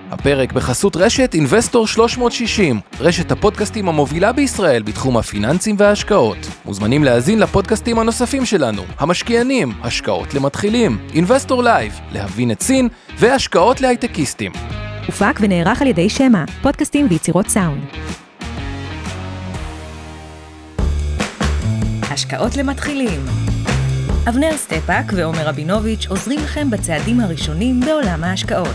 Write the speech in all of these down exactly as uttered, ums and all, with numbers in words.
הפרק בחסות רשת אינבסטור שלוש מאות שישים, רשת הפודקאסטים המובילה בישראל בתחום הפיננסים וההשקעות. מוזמנים להאזין לפודקאסטים הנוספים שלנו, המשקיענים, השקעות למתחילים, אינבסטור לייב, להבין את סין והשקעות להייטקיסטים. הופק ונערך על ידי שמה, פודקאסטים ויצירות סאונד. השקעות למתחילים. אבנר סטפאק ועומר רבינוביץ' עוזרים לכם בצעדים הראשונים בעולם ההשקעות.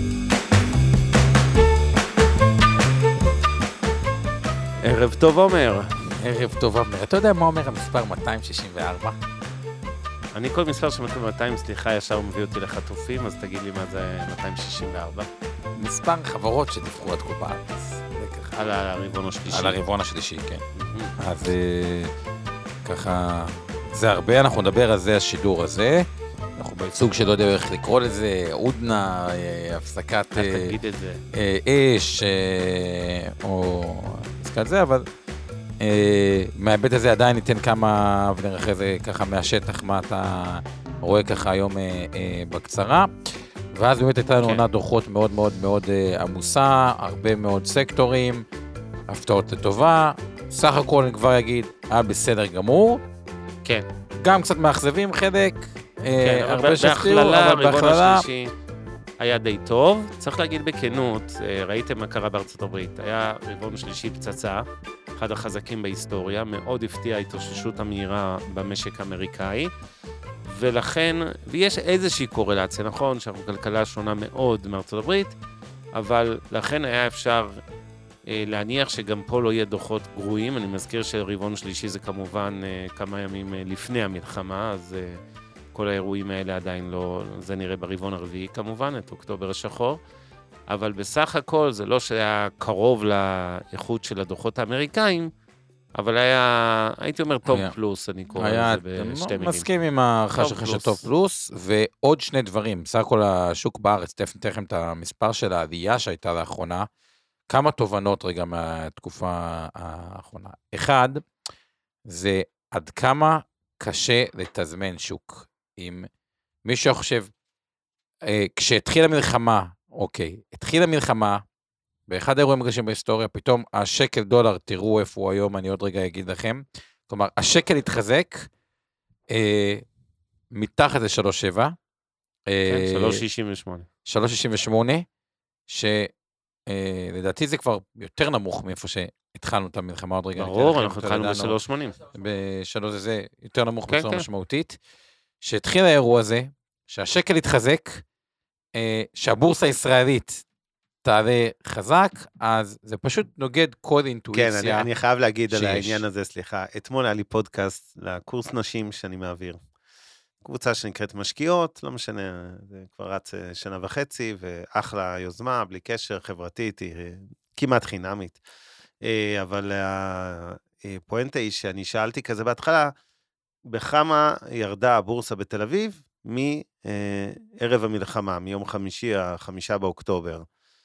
ערב טוב עומר. ערב טוב אבנר. אתה יודע מה אומר המספר מאתיים שישים וארבע? אני כל מספר שמתאים מאתיים, סליחה, ישר מביא אותי לחטופים, אז תגיד לי מה זה מאתיים שישים וארבע. מספר חברות שדיווחו עד כה בארץ. על הרבעון השלישי. על הרבעון השלישי, כן. אז ככה, זה הרבה, אנחנו נדבר על זה, השידור הזה. אנחנו בסוג שלא יודע איך לקרוא לזה, עודנה, הפסקת תגיד את זה. אש, או הפסקת זה, אבל מהבית הזה עדיין ניתן כמה, אבנר אחרי זה ככה מהשטח, מה אתה רואה ככה היום בקצרה. ואז באמת הייתה לנו עונת דוחות מאוד מאוד מאוד עמוסה, הרבה מאוד סקטורים, הפתעות לטובה, סך הכל אני כבר אגיד, היה בסדר גמור. כן. גם קצת מאכזבים חלק, כן, הרבה שסתירו, אבל בהכללה השלישי היה די טוב. צריך להגיד בכנות, ראיתם מה קרה בארצות הברית, היה רבעון שלישי פצצה, אחד החזקים בהיסטוריה, מאוד הפתיע התאוששות המהירה במשק האמריקאי, ולכן, ויש איזושהי קורלציה, נכון, שאנחנו כלכלה שונה מאוד מארצות הברית, אבל לכן היה אפשר אה, להניח שגם פה לא יהיה דוחות גרועים. אני מזכיר שרבעון שלישי זה כמובן אה, כמה ימים אה, לפני המלחמה, אז אה, כל האירועים האלה עדיין לא, זה נראה ברבעון הרביעי כמובן, את אוקטובר השחור, אבל בסך הכל זה לא שהיה קרוב לאיכות של הדוחות האמריקאים, אבל היה, הייתי אומר טוב היה, פלוס, אני קורא לזה בשתי מילים. מסכים עם הערכה שלך של טוב פלוס, ועוד שני דברים. בסך הכל השוק בארץ, תכף לכם את המספר של העלייה שהייתה לאחרונה, כמה תובנות רגע מהתקופה האחרונה. אחד, זה עד כמה קשה לתזמן שוק. אם מישהו חושב, כשהתחילה מלחמה, אוקיי, התחילה מלחמה, באחד האירועים הגדולים בהיסטוריה, פתאום השקל דולר, תראו איפה הוא היום, אני עוד רגע אגיד לכם, כלומר, השקל התחזק, אה, מתחת ל-שלוש שבע, כן, שלוש שישים ושמונה. שלוש שישים ושמונה, שלדעתי זה כבר יותר נמוך מאיפה שהתחלנו את המלחמה עוד רגע. ברור, אנחנו התחלנו ב-שלוש שמונים. ב-שלוש זה יותר נמוך כן, בצורה כן. משמעותית, שהתחיל האירוע הזה, שהשקל התחזק, אה, שהבורסה הישראלית, תעלה חזק, אז זה פשוט נוגד כל אינטואיציה. כן, אני, אני חייב להגיד שיש. על העניין הזה, סליחה. אתמול היה לי פודקאסט לקורס נשים שאני מעביר. קבוצה שנקראת משקיעות, לא משנה, זה כבר רץ שנה וחצי, ואחלה יוזמה, בלי קשר, חברתית, היא כמעט חינמית. אבל הפואנטה היא שאני שאלתי כזה בהתחלה, בכמה ירדה הבורסה בתל אביב, מערב המלחמה, מיום חמישי, החמישה באוקטובר.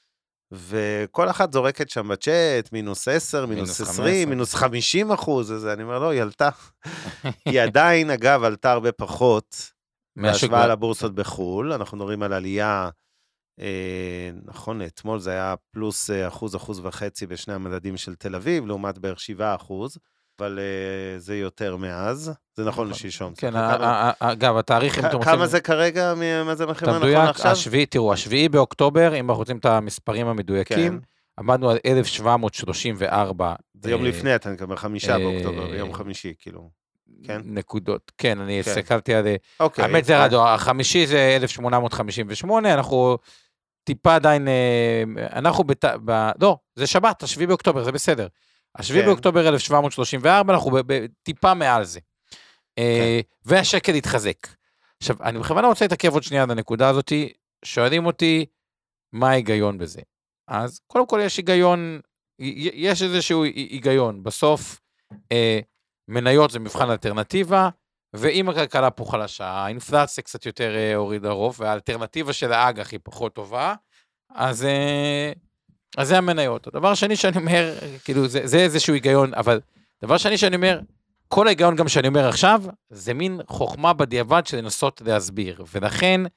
וכל אחת זורקת שם בצ'אט, מינוס עשר, מינוס עשרים, מינוס חמישים אחוז, אז אני אומר, לא, היא עלתה. היא עדיין, אגב, עלתה הרבה פחות, בהשוואה לבורסות בחול, אנחנו נוראים על עלייה, אה, נכון, אתמול זה היה פלוס אחוז, אחוז וחצי בשני המדדים של תל אביב, לעומת בערך שבעה אחוז, אבל uh, זה יותר מאז, זה נכון לשישום. כן, אגב, התאריך... כמה זה כרגע, מה זה מחירה נכון עכשיו? השביעי, תראו, השביעי באוקטובר, אם אנחנו רוצים את המספרים המדויקים, עמדנו על אלף שבע מאות שלושים וארבע. זה יום לפני, אתה נקבל חמישה באוקטובר, יום חמישי, כאילו. נקודות, כן, אני הסתכלתי על... האמת זה רדו, החמישי זה אלף שמונה מאות חמישים ושמונה, אנחנו טיפה עדיין, אנחנו, לא, זה שבת, השביעי באוקטובר, זה בסדר. השביעי באוקטובר אלף שבע מאות שלושים וארבע, אנחנו טיפה מעל זה. והשקל התחזק. עכשיו, אני בכוונה רוצה להתעכב עוד שנייה על הנקודה הזאת, שואלים אותי, מה ההיגיון בזה? אז קודם כל יש היגיון, יש איזשהו היגיון. בסוף, מניות זה מבחן אלטרנטיבה, ואם הכלכלה פה חלשה, האינפלציה קצת יותר הוריד הרוב, והאלטרנטיבה של האג"ח היא פחות טובה, אז... אז זה המניות. הדבר השני שאני אומר, כאילו, זה, זה איזשהו היגיון, אבל דבר שני שאני אומר, כל ההיגיון גם שאני אומר עכשיו, זה מין חוכמה בדיעבד של לנסות להסביר, ולכן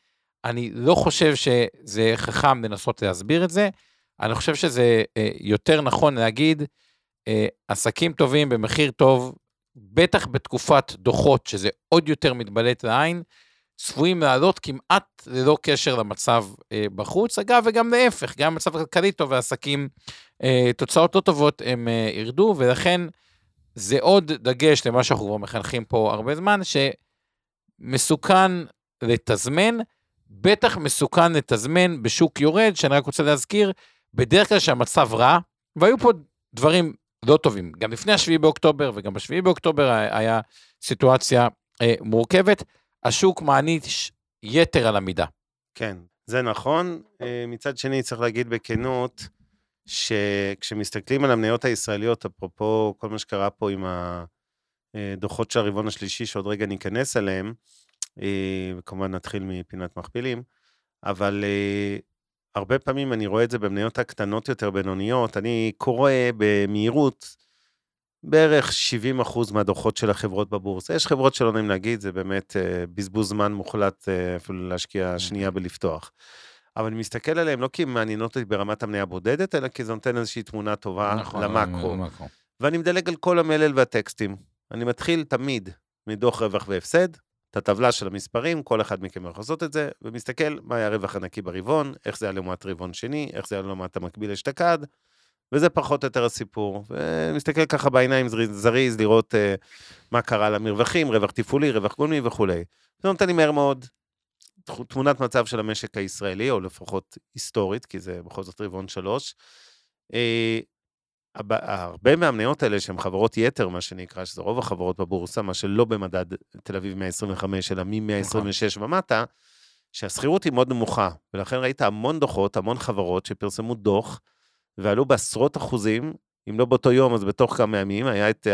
אני לא חושב שזה חכם לנסות להסביר את זה, אני חושב שזה יותר נכון להגיד, עסקים טובים במחיר טוב, בטח בתקופת דוחות, שזה עוד יותר מתבלט לעין, צפויים לעלות כמעט ללא קשר למצב בחוץ, אגב, וגם להפך, גם מצב כלכלי טוב, והעסקים, תוצאות לא טובות, הם ירדו, ולכן זה עוד דגש למה שאנחנו כבר מחנכים פה הרבה זמן, שמסוכן לתזמן, בטח מסוכן לתזמן בשוק יורד, שאני רק רוצה להזכיר, בדרך כלל שהמצב רע, והיו פה דברים לא טובים, גם לפני השביעי באוקטובר, וגם בשביעי באוקטובר היה סיטואציה אה, מורכבת, השוק מעניש יתר על המידה. כן, זה נכון, מצד שני צריך להגיד בכנות, שכשמסתכלים על המניות הישראליות, אפרופו כל מה שקרה פה עם הדוחות של הרבעון השלישי, שעוד רגע ניכנס אליהם, וכמובן נתחיל מפינת מכפילים, אבל הרבה פעמים אני רואה את זה במניות הקטנות יותר בינוניות, אני קורא במהירות בערך שבעים אחוז מהדוחות של החברות בבורסה, יש חברות שלא נעים להגיד, זה באמת בזבוז זמן מוחלט אפילו להשקיע שנייה בלפתוח. אבל אני מסתכל עליהם לא כי מעניינות אותי ברמת המניה הבודדת, אלא כי זה נותן איזושהי תמונה טובה נכון, למקרו. נכון. ואני מדלג על כל המלל והטקסטים. אני מתחיל תמיד מדוח רווח והפסד, את הטבלה של המספרים, כל אחד מכם יכול לעשות את זה, ומסתכל מה היה הרווח הנקי ברבעון, איך זה היה לעומת רבעון שני, איך זה היה לעומת המקביל אשתקד, וזה פחות או יותר הסיפור. ומסתכל ככה בעיניים זריז, לראות uh, מה קרה למרווחים, רווח תפעולי, רווח גולמי וכו'. זה נותן לי מהר מאוד תמונת מצב של המשק הישראלי, או לפחות היסטורית, כי זה בכל זאת רבעון שלוש. הרבה מהמניות האלה שהן חברות יתר, מה שנקרא, שזה רוב החברות בבורסה, מה שלא במדד תל אביב מאה עשרים וחמש, אלא מ-מאה עשרים ושש ומטה, שהסחירות היא מאוד נמוכה, ולכן ראית המון דוחות, המון חברות שפרסמו דוח, ועלו בעשרות אחוזים, אם לא באותו יום, אז בתוך כמה ימים, היה את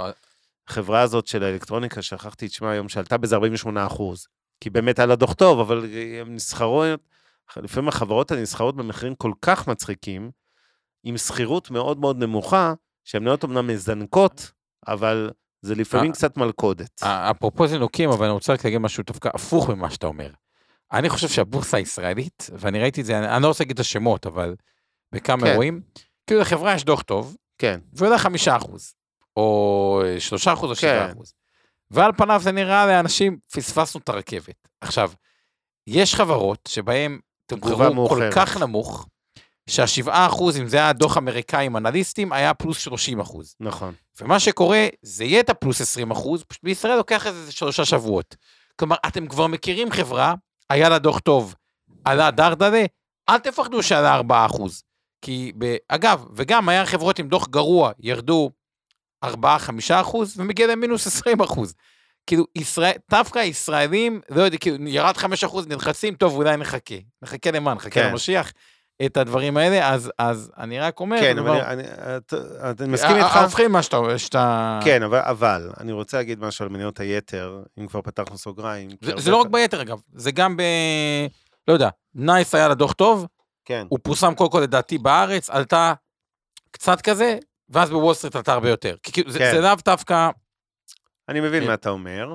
החברה הזאת של האלקטרוניקה, שכחתי את שמה היום, שעלתה בזה ארבעים ושמונה אחוז. כי באמת היה לה דוח טוב, אבל הם נסחרות, לפעמים החברות הנסחרות במחירים כל כך מצחיקים, עם סחירות מאוד מאוד נמוכה, שהמניות אמנם מזנקות, אבל זה לפעמים קצת מלכודת. אפרופו זינוקים, אבל אני רוצה רק להגיד משהו דווקא הפוך ממה שאתה אומר. אני חושב שהבורסה הישראלית, ואני ראיתי את זה, אני לא רוצה להגיד את השמות, אבל בכמה אירועים, כאילו לחברה יש דוח טוב, ועולה חמישה אחוז, או שלושה אחוז או שבעה אחוז. ועל פניו זה נראה לאנשים, פספסנו את הרכבת. עכשיו, יש חברות שבהן תמחרו כל כך נמוך, שהשבעה אחוז, אם זה היה דוח אמריקאי עם אנליסטים, היה פלוס שלושים אחוז. נכון. ומה שקורה, זה יהיה את הפלוס עשרים אחוז, פשוט בישראל לוקח איזה שלושה שבועות. כלומר, אתם כבר מכירים חברה, היה לה דוח טוב, עלה דרדלה, אל תפחדו שעלה ארבעה אחוז. כי, אגב, וגם היה חברות עם דוח גרוע, ירדו ארבעה חמישה אחוז, ומגיע להם מינוס עשרים אחוז. כאילו, ישראל, דווקא הישראלים, לא יודע, כאילו, ירד חמישה אחוז, נלחצים, טוב, אולי נחכה. נחכה למה? נחכה כן. למשיח. את הדברים האלה, אז, אז אני רק אומר... כן, אבל אני, אני מסכים איתך... ההופכים מה שאתה... שאתה... כן, אבל, אבל, אני רוצה להגיד משהו על מניות היתר, אם כבר פתחנו סוגריים... זה, זה לא רק ביתר, אגב, זה גם ב... לא יודע, נייס היה לדוח טוב, כן. הוא פורסם כל כל לדעתי בארץ, עלתה קצת כזה, ואז בוול סטריט עלתה הרבה יותר. כי כן. זה, זה לאו דווקא... אני מבין מה אתה אומר.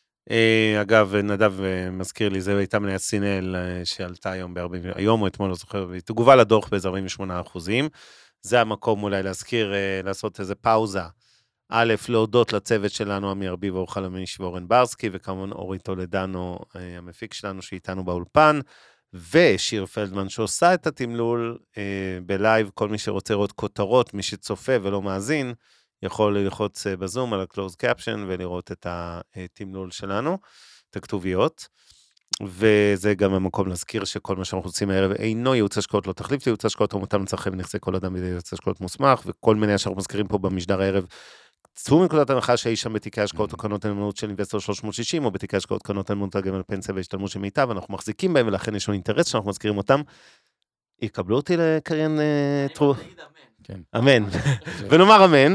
אגב, נדב מזכיר לי, זה הייתה מניית סינל שעלתה היום ב-ארבעים, היום או אתמול, לא זוכר, והיא תגובה לדוח באיזה ארבעים ושמונה אחוזים. זה המקום אולי להזכיר, לעשות איזה פאוזה. א', להודות לצוות שלנו, אמיר ביב, אור חלמיש ואורן ברסקי, וכמובן אורי טולדנו, המפיק שלנו שאיתנו באולפן, ושיר פלדמן שעושה את התמלול בלייב, כל מי שרוצה לראות כותרות, מי שצופה ולא מאזין, יכול ללחוץ בזום על ה-closed caption ולראות את התמלול שלנו, את הכתוביות, וזה גם המקום להזכיר שכל מה שאנחנו עושים הערב אינו ייעוץ השקעות, לא תחליף לייעוץ השקעות, או מותאם לצרכי ונכסי כל אדם בידי ייעוץ השקעות מוסמך, וכל מיני שאנחנו מזכירים פה במשדר הערב, צאו מנקודת הנחה שהיא שם בתיקי השקעות או קרנות הנאמנות של אינבסטור שלוש מאות שישים, או בתיקי השקעות קרנות הנאמנות הגמל פנסיה והשתלמות של מיטב, אנחנו מחזיקים בהם, ולכן יש לנו אינטרס שאנחנו מזכירים אותם. יקבלו אותי לקריין טרו. אמן. ונאמר אמן.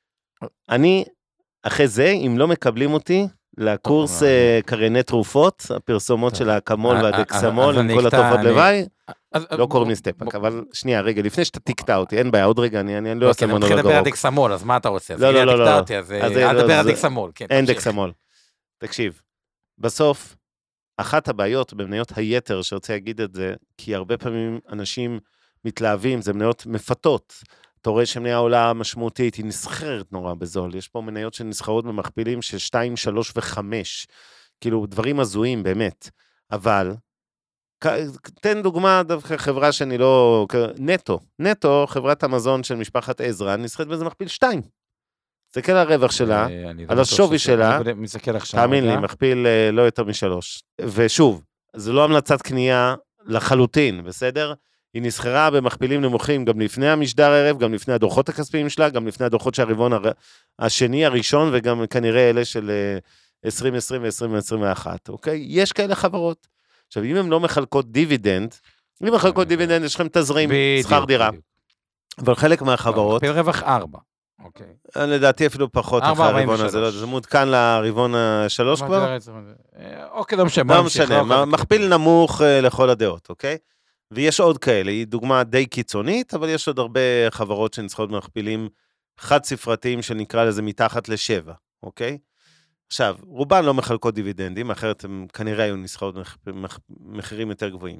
אני, אחרי זה, אם לא מקבלים אותי, לקורס קרייני תרופות, הפרסומות של האקמול והדקסמול, עם כל התופעות לוואי, לא קוראים לי סטפאק, אבל שנייה, רגע, לפני שאתה תקטע אותי, אין בעיה, עוד רגע, אני לא עושה מונולוג ארוך. נתחיל לדבר על דקסמול, אז מה אתה רוצה? לא, לא, לא, אל תדבר על דקסמול. אין דקסמול. תקשיב, בסוף, אחת הבעיות במניות היתר, שרוצה להגיד את זה, כי הרבה פעמים אנשים מתלהבים, זה מניות מפתות, אתה רואה שמניה עולה משמעותית, היא נסחרת נורא בזול, יש פה מניות שנסחרות במכפילים של שתיים, שלוש וחמש, כאילו דברים הזויים באמת, אבל, תן דוגמה, דווקא חברה שאני לא, נטו, נטו, חברת המזון של משפחת עזרא, נסחרת בזה מכפיל שתיים, תסתכל על הרווח שלה, על השווי שלה, תאמין לי, מכפיל לא יותר משלוש, ושוב, זה לא המלצת קנייה לחלוטין, בסדר? היא נסחרה במכפילים נמוכים גם לפני המשדר ערב, גם לפני הדוחות הכספיים שלה, גם לפני הדוחות של הרבעון השני, הראשון, וגם כנראה אלה של עשרים עשרים ו-עשרים עשרים ואחת, אוקיי? יש כאלה חברות. עכשיו, אם הן לא מחלקות דיבידנד, אם מחלקות דיבידנד, יש לכם תזרים, שכר דירה. אבל חלק מהחברות... מכפיל רווח ארבע. אוקיי. לדעתי אפילו פחות אחרי הרבעון הזה, זה מעודכן לרבעון השלוש כבר? אוקיי, לא משנה. לא משנה, מכפיל נמוך לכל הדעות, אוקיי? ויש עוד כאלה, היא דוגמה די קיצונית, אבל יש עוד הרבה חברות שנסחרות במכפילים חד ספרתיים, שנקרא לזה מתחת לשבע, אוקיי? עכשיו, רובן לא מחלקות דיבידנדים, אחרת הם כנראה היו נסחרות במחירים יותר גבוהים.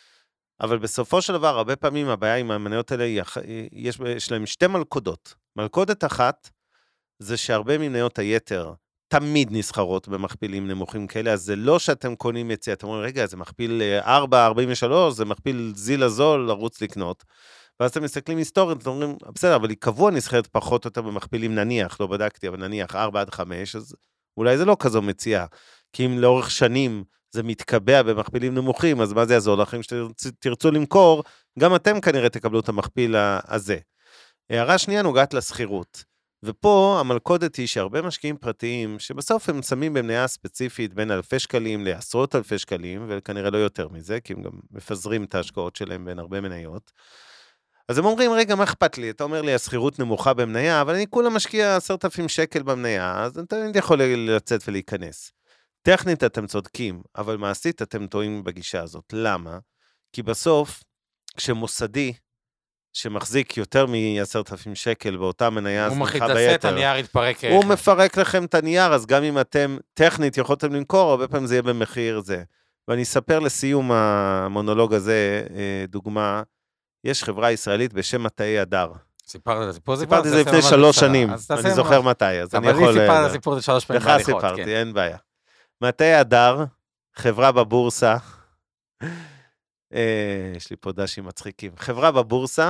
אבל בסופו של דבר, הרבה פעמים הבעיה עם המניות האלה, יש, יש להם שתי מלכודות. מלכודת אחת, זה שהרבה ממניות היתר, תמיד נסחרות במכפילים נמוכים כאלה, אז זה לא שאתם קונים יציא, אתם אומרים, רגע, זה מכפיל ארבע ארבעים ושלוש, זה מכפיל זיל הזול, לרוץ לקנות, ואז אתם מסתכלים היסטורית, אתם אומרים, בסדר, אבל היא קבוע נסחרת פחות או יותר במכפילים, נניח, לא בדקתי, אבל נניח ארבע עד חמש, אז אולי זה לא כזו מציאה, כי אם לאורך שנים זה מתקבע במכפילים נמוכים, אז מה זה יעזור לכם שתרצו למכור, גם אתם כנראה תקבלו את המכפיל הזה. הערה שנייה נוגעת לסחירות. ופה המלכודת היא שהרבה משקיעים פרטיים, שבסוף הם שמים במניה ספציפית בין אלפי שקלים לעשרות אלפי שקלים, וכנראה לא יותר מזה, כי הם גם מפזרים את ההשקעות שלהם בין הרבה מניות. אז הם אומרים, רגע, מה אכפת לי? אתה אומר לי, הסחירות נמוכה במניה, אבל אני כולה משקיע עשרת אלפים שקל במניה, אז אתה יכול לצאת ולהיכנס. טכנית אתם צודקים, אבל מעשית אתם טועים בגישה הזאת. למה? כי בסוף, כשמוסדי, שמחזיק יותר מ-עשרת אלפים שקל באותה מניה, הוא מחליט לעשות את הנייר יתפרק. הוא מפרק לכם את הנייר, אז גם אם אתם טכנית יכולתם למכור, הרבה פעמים זה יהיה במחיר זה. ואני אספר לסיום המונולוג הזה, דוגמה, יש חברה ישראלית בשם מטעי הדר. סיפרת, פה סיפרתי זה לפני שלוש שנים, אני זוכר מתי, אז אני יכול... אבל לי סיפרת סיפור שלוש פעמים בעריכות. לך סיפרתי, אין בעיה. מטעי הדר, חברה בבורסה, יש לי פה דשים מצחיקים, חברה בבורסה,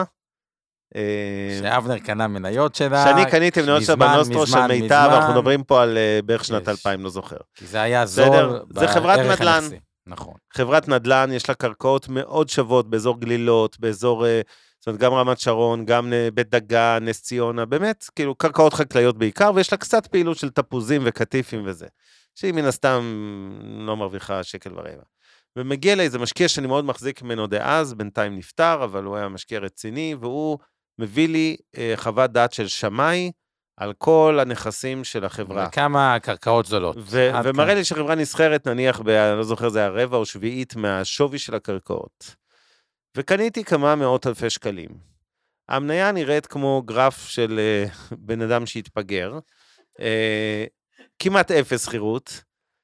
שאבנר קנה מניות שלה, שאני קניתי מניות שלה בנוסטרו של מיטב, אנחנו מדברים פה על בערך שנת אלפיים, לא זוכר. כי זה היה זול, זה חברת נדל"ן, נכון. חברת נדל"ן, יש לה קרקעות מאוד שוות, באזור גלילות, באזור, זאת אומרת, גם רמת שרון, גם בית דגה, נס ציונה, באמת, כאילו, קרקעות חקלאיות בעיקר, ויש לה קצת פעילות של תפוזים וקטיפים וזה, שהיא מן הסתם לא מרוויחה שקל ורבע. ומגיע לה איזה משקיע שאני מאוד מחזיק ממנו דאז, בינתיים נפטר, אבל הוא היה משקיע רציני, והוא מביא לי אה, חוות דעת של שמאי, על כל הנכסים של החברה. וכמה קרקעות זולות. ו- ומראה כאן. לי שחברה נסחרת, נניח, ב- אני לא זוכר, זה הרבע או שביעית מהשווי של הקרקעות. וקניתי כמה מאות אלפי שקלים. המניה נראית כמו גרף של אה, בן אדם שהתפגר, אה, כמעט אפס חירות,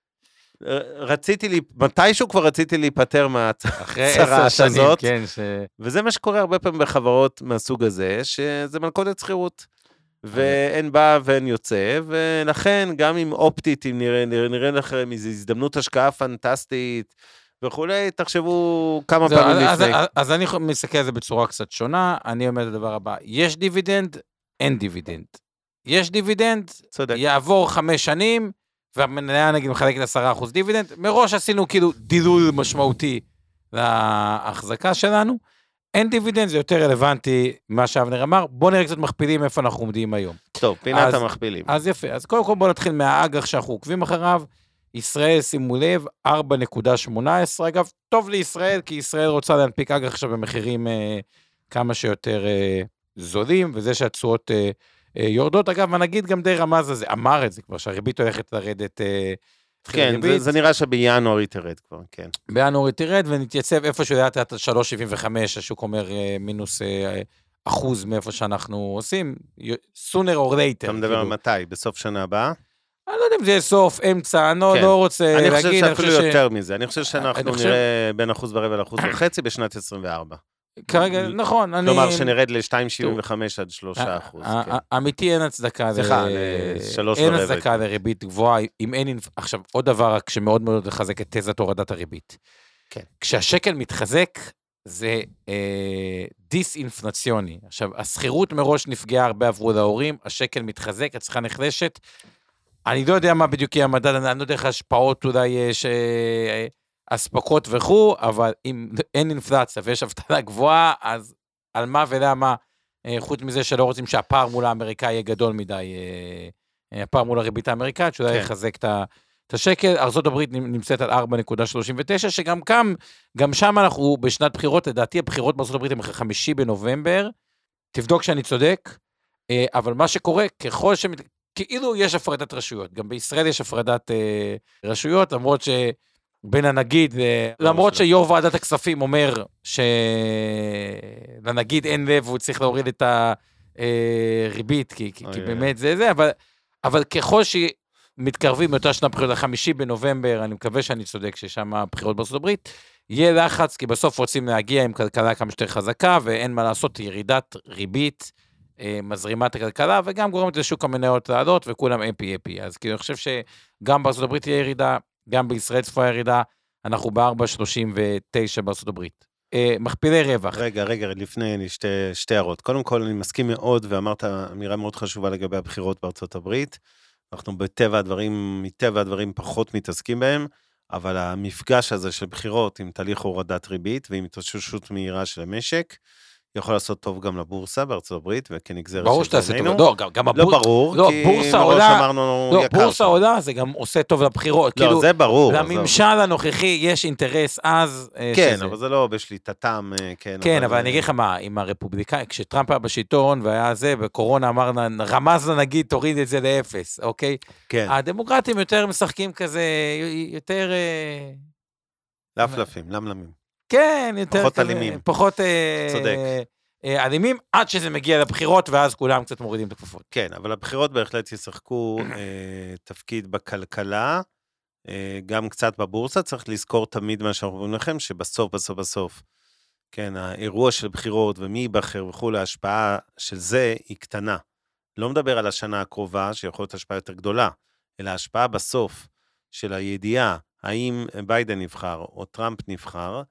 רציתי לי, מתישהו כבר רציתי להיפטר מהצרה הזאת, כן, ש... וזה מה שקורה הרבה פעמים בחברות מהסוג הזה, שזה מלכודת שכירות, ואין בא ואין יוצא, ולכן גם אם אופטית, אם נראה, נראה, נראה לכם איזו הזדמנות השקעה פנטסטית, וכולי, תחשבו כמה זה, פעמים אז, לפני. אז, אז אני מסתכל על זה בצורה קצת שונה, אני אומר את הדבר הבא, יש דיבידנד, אין דיבידנד. יש דיבידנד, צודק. יעבור חמש שנים, והמניה נגיד מחלקת עשרה אחוז דיבידנד, מראש עשינו כאילו דילול משמעותי להחזקה שלנו, אין דיבידנד, זה יותר רלוונטי מה שאבנר אמר, בואו נראה קצת מכפילים איפה אנחנו עומדים היום. טוב, פינת המכפילים. אז יפה, אז קודם כל בואו נתחיל מהאג"ח שאנחנו עוקבים אחריו, ישראל, שימו לב, ארבע נקודה שמונה עשרה, אגב, טוב לישראל, כי ישראל רוצה להנפיק אג"ח עכשיו במחירים אה, כמה שיותר אה, זולים, וזה שהתשואות אה, יורדות, אגב, ונגיד גם די רמז הזה, אמר את זה כבר, שהריבית הולכת לרדת, כן, זה, זה נראה שבינואר היא תרד כבר, כן. בינואר היא תרד, ונתייצב איפשהו ליד את שלוש שבעים וחמש, השוק אומר מינוס אחוז מאיפה שאנחנו עושים, sooner or later. אתה מדבר על מתי? בסוף שנה הבאה? אני לא יודע אם זה יהיה סוף, אמצע, אני לא רוצה להגיד. אני חושב שאפילו יותר מזה, אני חושב שאנחנו נראה בין אחוז ורבע לאחוז וחצי בשנת עשרים וארבע. כרגע, נכון, אני... כלומר, שנרד ל-שתיים נקודה שבעים וחמש עד שלושה אחוז. אמיתי אין הצדקה... סליחה, ל-שלוש ורבע. אין הצדקה לריבית גבוהה, אם אין... עכשיו, עוד דבר רק שמאוד מאוד לחזק את תזת הורדת הריבית. כן. כשהשקל מתחזק, זה דיס-אינפלציוני. עכשיו, הסחירות מראש נפגעה הרבה עבור ההורים, השקל מתחזק, הצריכה נחלשת. אני לא יודע מה בדיוק יהיה המדד, אני לא יודע איך השפעות אולי יש... אספקות וכו', אבל אם אין אינפלציה ויש אבטלה גבוהה, אז על מה ולמה, חוץ מזה שלא רוצים שהפער מול האמריקאי יהיה גדול מדי, הפער מול הריבית האמריקאית, שאולי יחזק את השקל, ארצות הברית נמצאת על ארבע נקודה שלושים ותשע, שגם כאן, גם שם אנחנו בשנת בחירות, לדעתי הבחירות בארצות הברית הם חמישי בנובמבר, תבדוק שאני צודק, אבל מה שקורה, ככל ש... כאילו יש הפרדת רשויות, גם בישראל יש הפרדת רשויות, למרות ש... בין הנגיד, למרות שיו"ר ועדת הכספים אומר שלנגיד אין לב, הוא צריך להוריד את הריבית, כי באמת זה זה, אבל ככל שמתקרבים מאותה שנה בחירות, החמישי בנובמבר, אני מקווה שאני צודק ששם הבחירות בארצות הברית, יהיה לחץ, כי בסוף רוצים להגיע עם כלכלה כמה שיותר חזקה, ואין מה לעשות, ירידת ריבית, מזרימת הכלכלה, וגם גורמת לשוק המניות לעלות, וכולם אפי אפי. אז אני חושב שגם בארצות הברית תהיה ירידה, גם בישראל צפויה ירידה, אנחנו ב-ארבע שלושים ותשע בארצות הברית. אה, מכפילי רווח. רגע, רגע, לפני שתי, שתי הערות. קודם כל, אני מסכים מאוד, ואמרת אמירה מאוד חשובה לגבי הבחירות בארצות הברית. אנחנו בטבע הדברים, מטבע הדברים פחות מתעסקים בהם, אבל המפגש הזה של בחירות עם תהליך הורדת ריבית, ועם התאוששות מהירה של המשק, יכול לעשות טוב גם לבורסה בארצות הברית, וכנגזרת ברור שתעשה טוב, לא, גם הבורסה, לא ברור, לא, כי בורסה עולה, אמרנו לא, יקר. בורסה עולה, זה גם עושה טוב לבחירות, לא, כאילו, זה ברור. לממשל הנוכחי יש אינטרס אז, כן, שזה... אבל זה לא בשליטתם, כן. כן, אבל, אבל אני אגיד לך מה, עם הרפובליקאים, כשטראמפ היה בשלטון, והיה זה, בקורונה אמרנה, רמז לנגיד, תוריד את זה לאפס, אוקיי? כן. הדמוקרטים יותר משחקים כזה, יותר... לפלפים, למלמים. כן, יותר פחות כזה, אלימים. פחות צודק. אה, אלימים, עד שזה מגיע לבחירות, ואז כולם קצת מורידים את הכפפות. כן, אבל הבחירות בהחלט ישחקו אה, תפקיד בכלכלה, אה, גם קצת בבורסה, צריך לזכור תמיד מה שאנחנו אומרים לכם, שבסוף, בסוף, בסוף, כן, האירוע של בחירות ומי ייבחר וכו', ההשפעה של זה היא קטנה. לא מדבר על השנה הקרובה, שיכול להיות השפעה יותר גדולה, אלא ההשפעה בסוף של הידיעה, האם ביידן נבחר או טראמפ נבחר,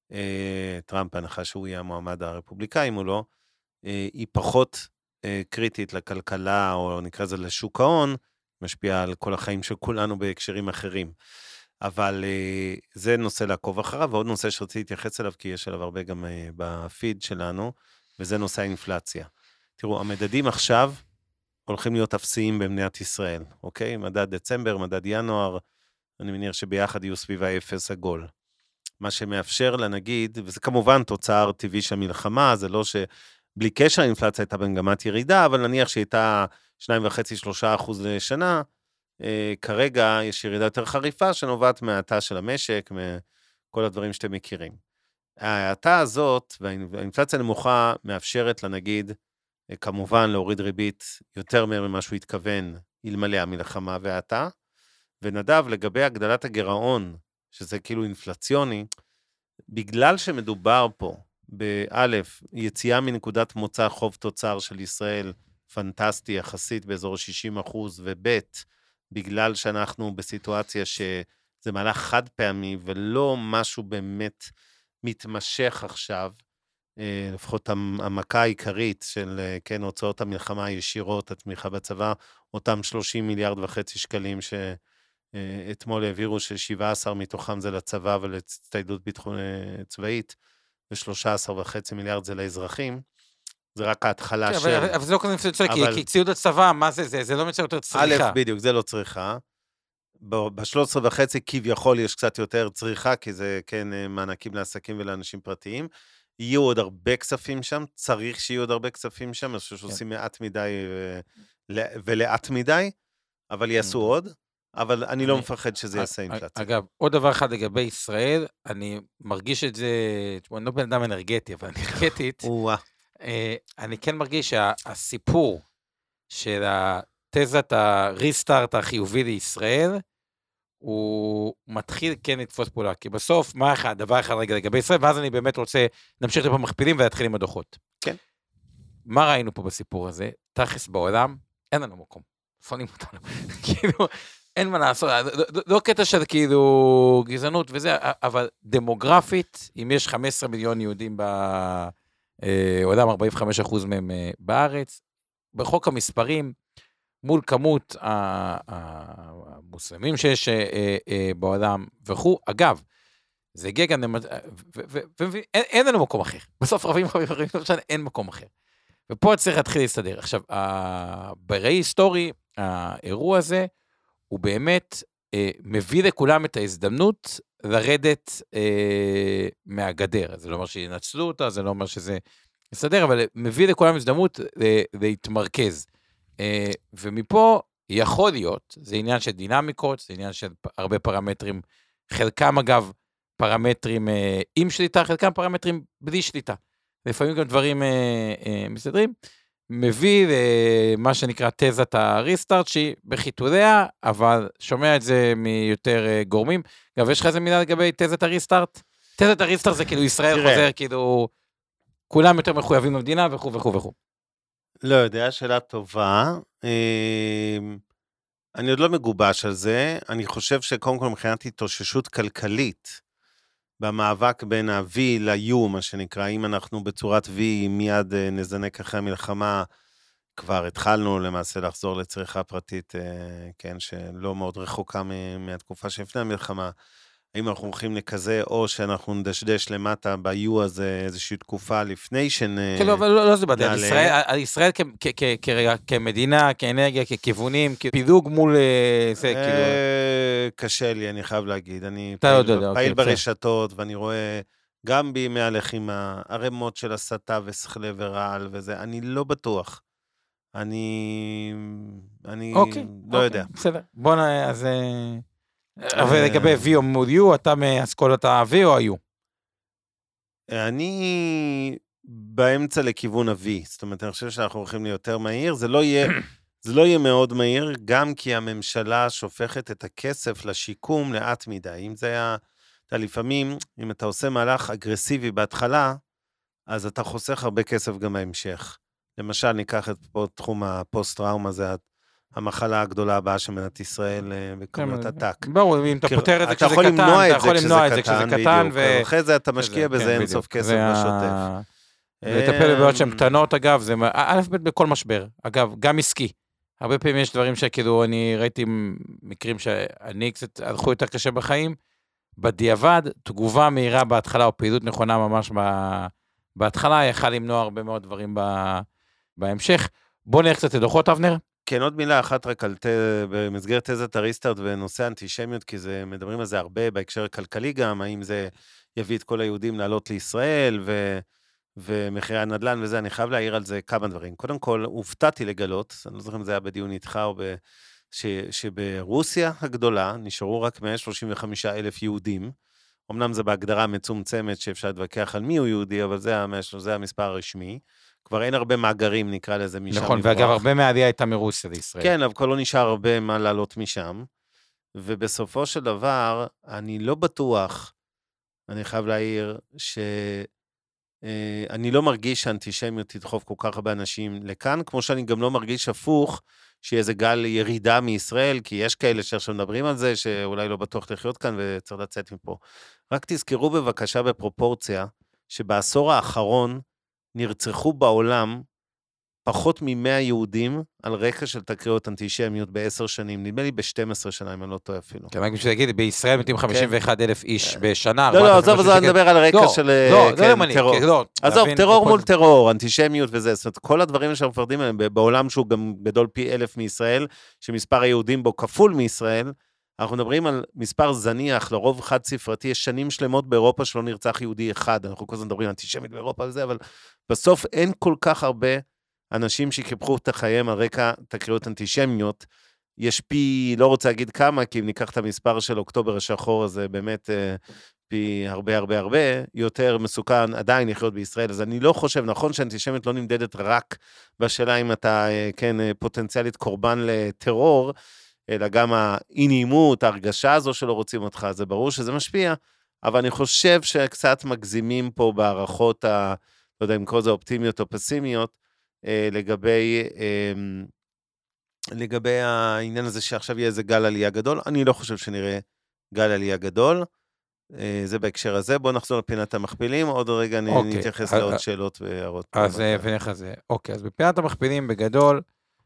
טראמפ הנחה שהוא יהיה המועמד הרפובליקאי מולו, היא פחות קריטית לכלכלה, או נקרא זה לשוק ההון, משפיעה על כל החיים של כולנו בהקשרים אחרים. אבל זה נושא לעקוב אחריו, ועוד נושא שרציתי להתייחס אליו, כי יש עליו הרבה גם בפיד שלנו, וזה נושא האינפלציה. תראו, המדדים עכשיו הולכים להיות אפסיים במדינת ישראל, אוקיי? מדד דצמבר, מדד ינואר, אני מניח שביחד יהיו סביב האפס עגול. מה שמאפשר לנגיד, וזה כמובן תוצר טבעי של מלחמה, זה לא שבלי קשר האינפלציה הייתה במגמת ירידה, אבל נניח שהייתה שניים וחצי, שלושה אחוז לשנה, אה, כרגע יש ירידה יותר חריפה, שנובעת מההאטה של המשק, מכל הדברים שאתם מכירים. ההאטה הזאת, והאינפלציה נמוכה, מאפשרת לנגיד, אה, כמובן להוריד ריבית יותר ממה שהוא התכוון, אלמלא המלחמה וההאטה, ונדב לגבי הגדלת הגירעון, שזה כאילו אינפלציוני, בגלל שמדובר פה, באלף, יציאה מנקודת מוצא חוב תוצר של ישראל, פנטסטי יחסית באזור שישים אחוז, ובית, בגלל שאנחנו בסיטואציה שזה מהלך חד פעמי, ולא משהו באמת מתמשך עכשיו, לפחות המכה העיקרית של, כן, הוצאות המלחמה הישירות, התמיכה בצבא, אותם שלושים מיליארד וחצי שקלים ש... אתמול העבירו ש-שבעה עשר מתוכם זה לצבא ולהצטיידות ביטחון צבאית, ו-שלושה עשר וחצי מיליארד זה לאזרחים, זה רק ההתחלה של... אבל זה לא כזה מצוין, כי ציוד הצבא, מה זה? זה לא מצוין יותר צריכה. א', בדיוק, זה לא צריכה. ב-שלוש עשרה וחצי כביכול יש קצת יותר צריכה, כי זה כן מענקים לעסקים ולאנשים פרטיים. יהיו עוד הרבה כספים שם, צריך שיהיו עוד הרבה כספים שם, אני חושב שעושים מעט מדי ולאט מדי, אבל יעשו עוד. אבל אני לא מפחד שזה יעשה אינפלציה. אגב, עוד דבר אחד לגבי ישראל, אני מרגיש את זה, אני לא בן אדם אנרגטי, אבל אנרגטית, אני כן מרגיש שהסיפור של תזת הריסטארט החיובי לישראל, הוא מתחיל כן לתפוס פעולה, כי בסוף, מה אחד, דבר אחד רגע לגבי ישראל, ואז אני באמת רוצה להמשיך לפה מכפילים ולהתחיל עם הדוחות. כן. מה ראינו פה בסיפור הזה? תכלס בעולם, אין לנו מקום. שונאים אותנו. כאילו, אין מה לעשות, לא קטע של כאילו גזענות וזה, אבל דמוגרפית, אם יש חמישה עשר מיליון יהודים בעולם, ארבעים וחמישה אחוז מהם בארץ, בחוק המספרים, מול כמות המוסלמים שיש בעולם וכו', אגב, זה הגיע גם, אין לנו מקום אחר, בסוף רבים רבים רבים, אין מקום אחר, ופה צריך להתחיל להסתדר. עכשיו, בראי היסטורי, האירוע הזה, הוא באמת מביא לכולם את ההזדמנות לרדת מהגדר, זה לא אומר שינצלו אותה, זה לא אומר שזה יסתדר, אבל מביא לכולם הזדמנות להתמרכז. ומפה יכול להיות, זה עניין של דינמיקות, זה עניין של הרבה פרמטרים, חלקם אגב פרמטרים עם שליטה, חלקם פרמטרים בלי שליטה. לפעמים גם דברים מסתדרים, מביא למה שנקרא תזת הריסטארט, שהיא בחיתוליה, אבל שומע את זה מיותר גורמים. אגב, יש לך איזה מילה לגבי תזת הריסטארט? תזת הריסטארט זה כאילו ישראל חוזר, כאילו כולם יותר מחויבים למדינה וכו' וכו' וכו'. לא יודע, שאלה טובה. אני עוד לא מגובש על זה. אני חושב שקודם כל מבחינת התאוששות כלכלית, במאבק בין ה-V ל-U, מה שנקרא, אם אנחנו בצורת V מיד נזנק אחרי המלחמה, כבר התחלנו למעשה לחזור לצריכה פרטית, כן, שלא מאוד רחוקה מהתקופה שלפני המלחמה, האם אנחנו הולכים לכזה, או שאנחנו נדשדש למטה ב-U הזה איזושהי תקופה לפני שנ... כן, לא, אבל לא זה בדרך. על ישראל כמדינה, כאנרגיה, ככיוונים, כפידוג מול זה, כאילו... קשה לי, אני חייב להגיד. אני פעיל ברשתות, ואני רואה גם בימי הלחימה, הרמות של הסתה וסכלה ורעל וזה, אני לא בטוח. אני... אני לא יודע. בסדר. בוא נ... אז... אבל לגבי V או מול U, אתה מאסכולת ה-V או ה-U? אני באמצע לכיוון ה-V, זאת אומרת, אני חושב שאנחנו הולכים ליותר מהיר, זה לא יהיה, זה לא יהיה מאוד מהיר, גם כי הממשלה שופכת את הכסף לשיקום לאט מדי. אם זה היה, אתה לפעמים, אם אתה עושה מהלך אגרסיבי בהתחלה, אז אתה חוסך הרבה כסף גם בהמשך. למשל, ניקח את פה תחום הפוסט-טראומה, זה המחלה הגדולה הבאה של מדינת ישראל בכמות עתק. ברור, אם אתה פותר את זה כשזה קטן, אתה יכול למנוע את זה כשזה קטן, ואחרי זה אתה משקיע בזה אין סוף כסף בשוטף. לטפל בבעיות שהן קטנות, אגב, זה א' ב' בכל משבר, אגב, גם עסקי. הרבה פעמים יש דברים שכאילו אני ראיתי מקרים שאני קצת הלכו יותר קשה בחיים, בדיעבד, תגובה מהירה בהתחלה, או פעילות נכונה ממש בהתחלה, יכל למנוע הרבה מאוד דברים בהמשך. בוא נלך קצת לדוחות, אבנר. כן, עוד מילה אחת רק על במסגרת תזת הריסטארט ונושא אנטישמיות, כי זה, מדברים על זה הרבה בהקשר הכלכלי גם, האם זה יביא את כל היהודים לעלות לישראל, ו, ומחירי הנדל"ן וזה, אני חייב להעיר על זה כמה דברים. קודם כל, הופתעתי לגלות, אני לא זוכר אם זה היה בדיון איתך, או ב, ש, שברוסיה הגדולה נשארו רק מאה שלושים וחמישה אלף יהודים, אמנם זה בהגדרה מצומצמת שאפשר להתווכח על מי הוא יהודי, אבל זה, זה המספר הרשמי, כבר אין הרבה מאגרים, נקרא לזה, משם. נכון, ואגב, הרבה מהעלייה הייתה מרוסיה לישראל. כן, אבל כבר לא נשאר הרבה מה לעלות משם, ובסופו של דבר, אני לא בטוח, אני חייב להעיר, שאני לא מרגיש שהאנטישמיות תדחוף כל כך הרבה אנשים לכאן, כמו שאני גם לא מרגיש הפוך, שיהיה איזה גל ירידה מישראל, כי יש כאלה שעכשיו מדברים על זה, שאולי לא בטוח לחיות כאן, וצריך לצאת מפה. רק תזכרו בבקשה בפרופורציה, שבעשור האחרון, נרצחו בעולם פחות ממאה יהודים על רקע של תקריות אנטישמיות בעשר שנים, נדמה לי ב-שתים עשרה שנה, אם אני לא טועה אפילו. כן, רק בשביל להגיד, בישראל מתים חמישים ואחד אלף איש בשנה. לא, לא, עזוב, עזוב, אני מדבר על הרקע של טרור. עזוב, טרור מול טרור, אנטישמיות וזה, זאת אומרת, כל הדברים שאנחנו מפרדים עליהם, בעולם שהוא גם גדול פי אלף מישראל, שמספר היהודים בו כפול מישראל, אנחנו מדברים על מספר זניח, לרוב חד ספרתי, יש שנים שלמות באירופה שלא נרצח יהודי אחד, אנחנו כל הזמן מדברים אנטישמית באירופה וזה, אבל בסוף אין כל כך הרבה אנשים שקיפחו את החיים על רקע תקריות אנטישמיות, יש פי, לא רוצה להגיד כמה, כי אם ניקח את המספר של אוקטובר השחור הזה, באמת פי הרבה הרבה הרבה, יותר מסוכן עדיין לחיות בישראל, אז אני לא חושב, נכון שאנטישמיות לא נמדדת רק בשאלה אם אתה, כן, פוטנציאלית קורבן לטרור, אלא גם האי-נעימות, ההרגשה הזו שלא רוצים אותך, זה ברור שזה משפיע, אבל אני חושב שקצת מגזימים פה בערכות, ה, לא יודע אם כל זה אופטימיות או פסימיות, לגבי, לגבי העניין הזה שעכשיו יהיה איזה גל עלייה גדול, אני לא חושב שנראה גל עלייה גדול, זה בהקשר הזה, בואו נחזור לפינת המכפילים, עוד רגע אני נתייחס לעוד שאלות והערות. אז ונך הזה, אוקיי, אז בפינת המכפילים בגדול,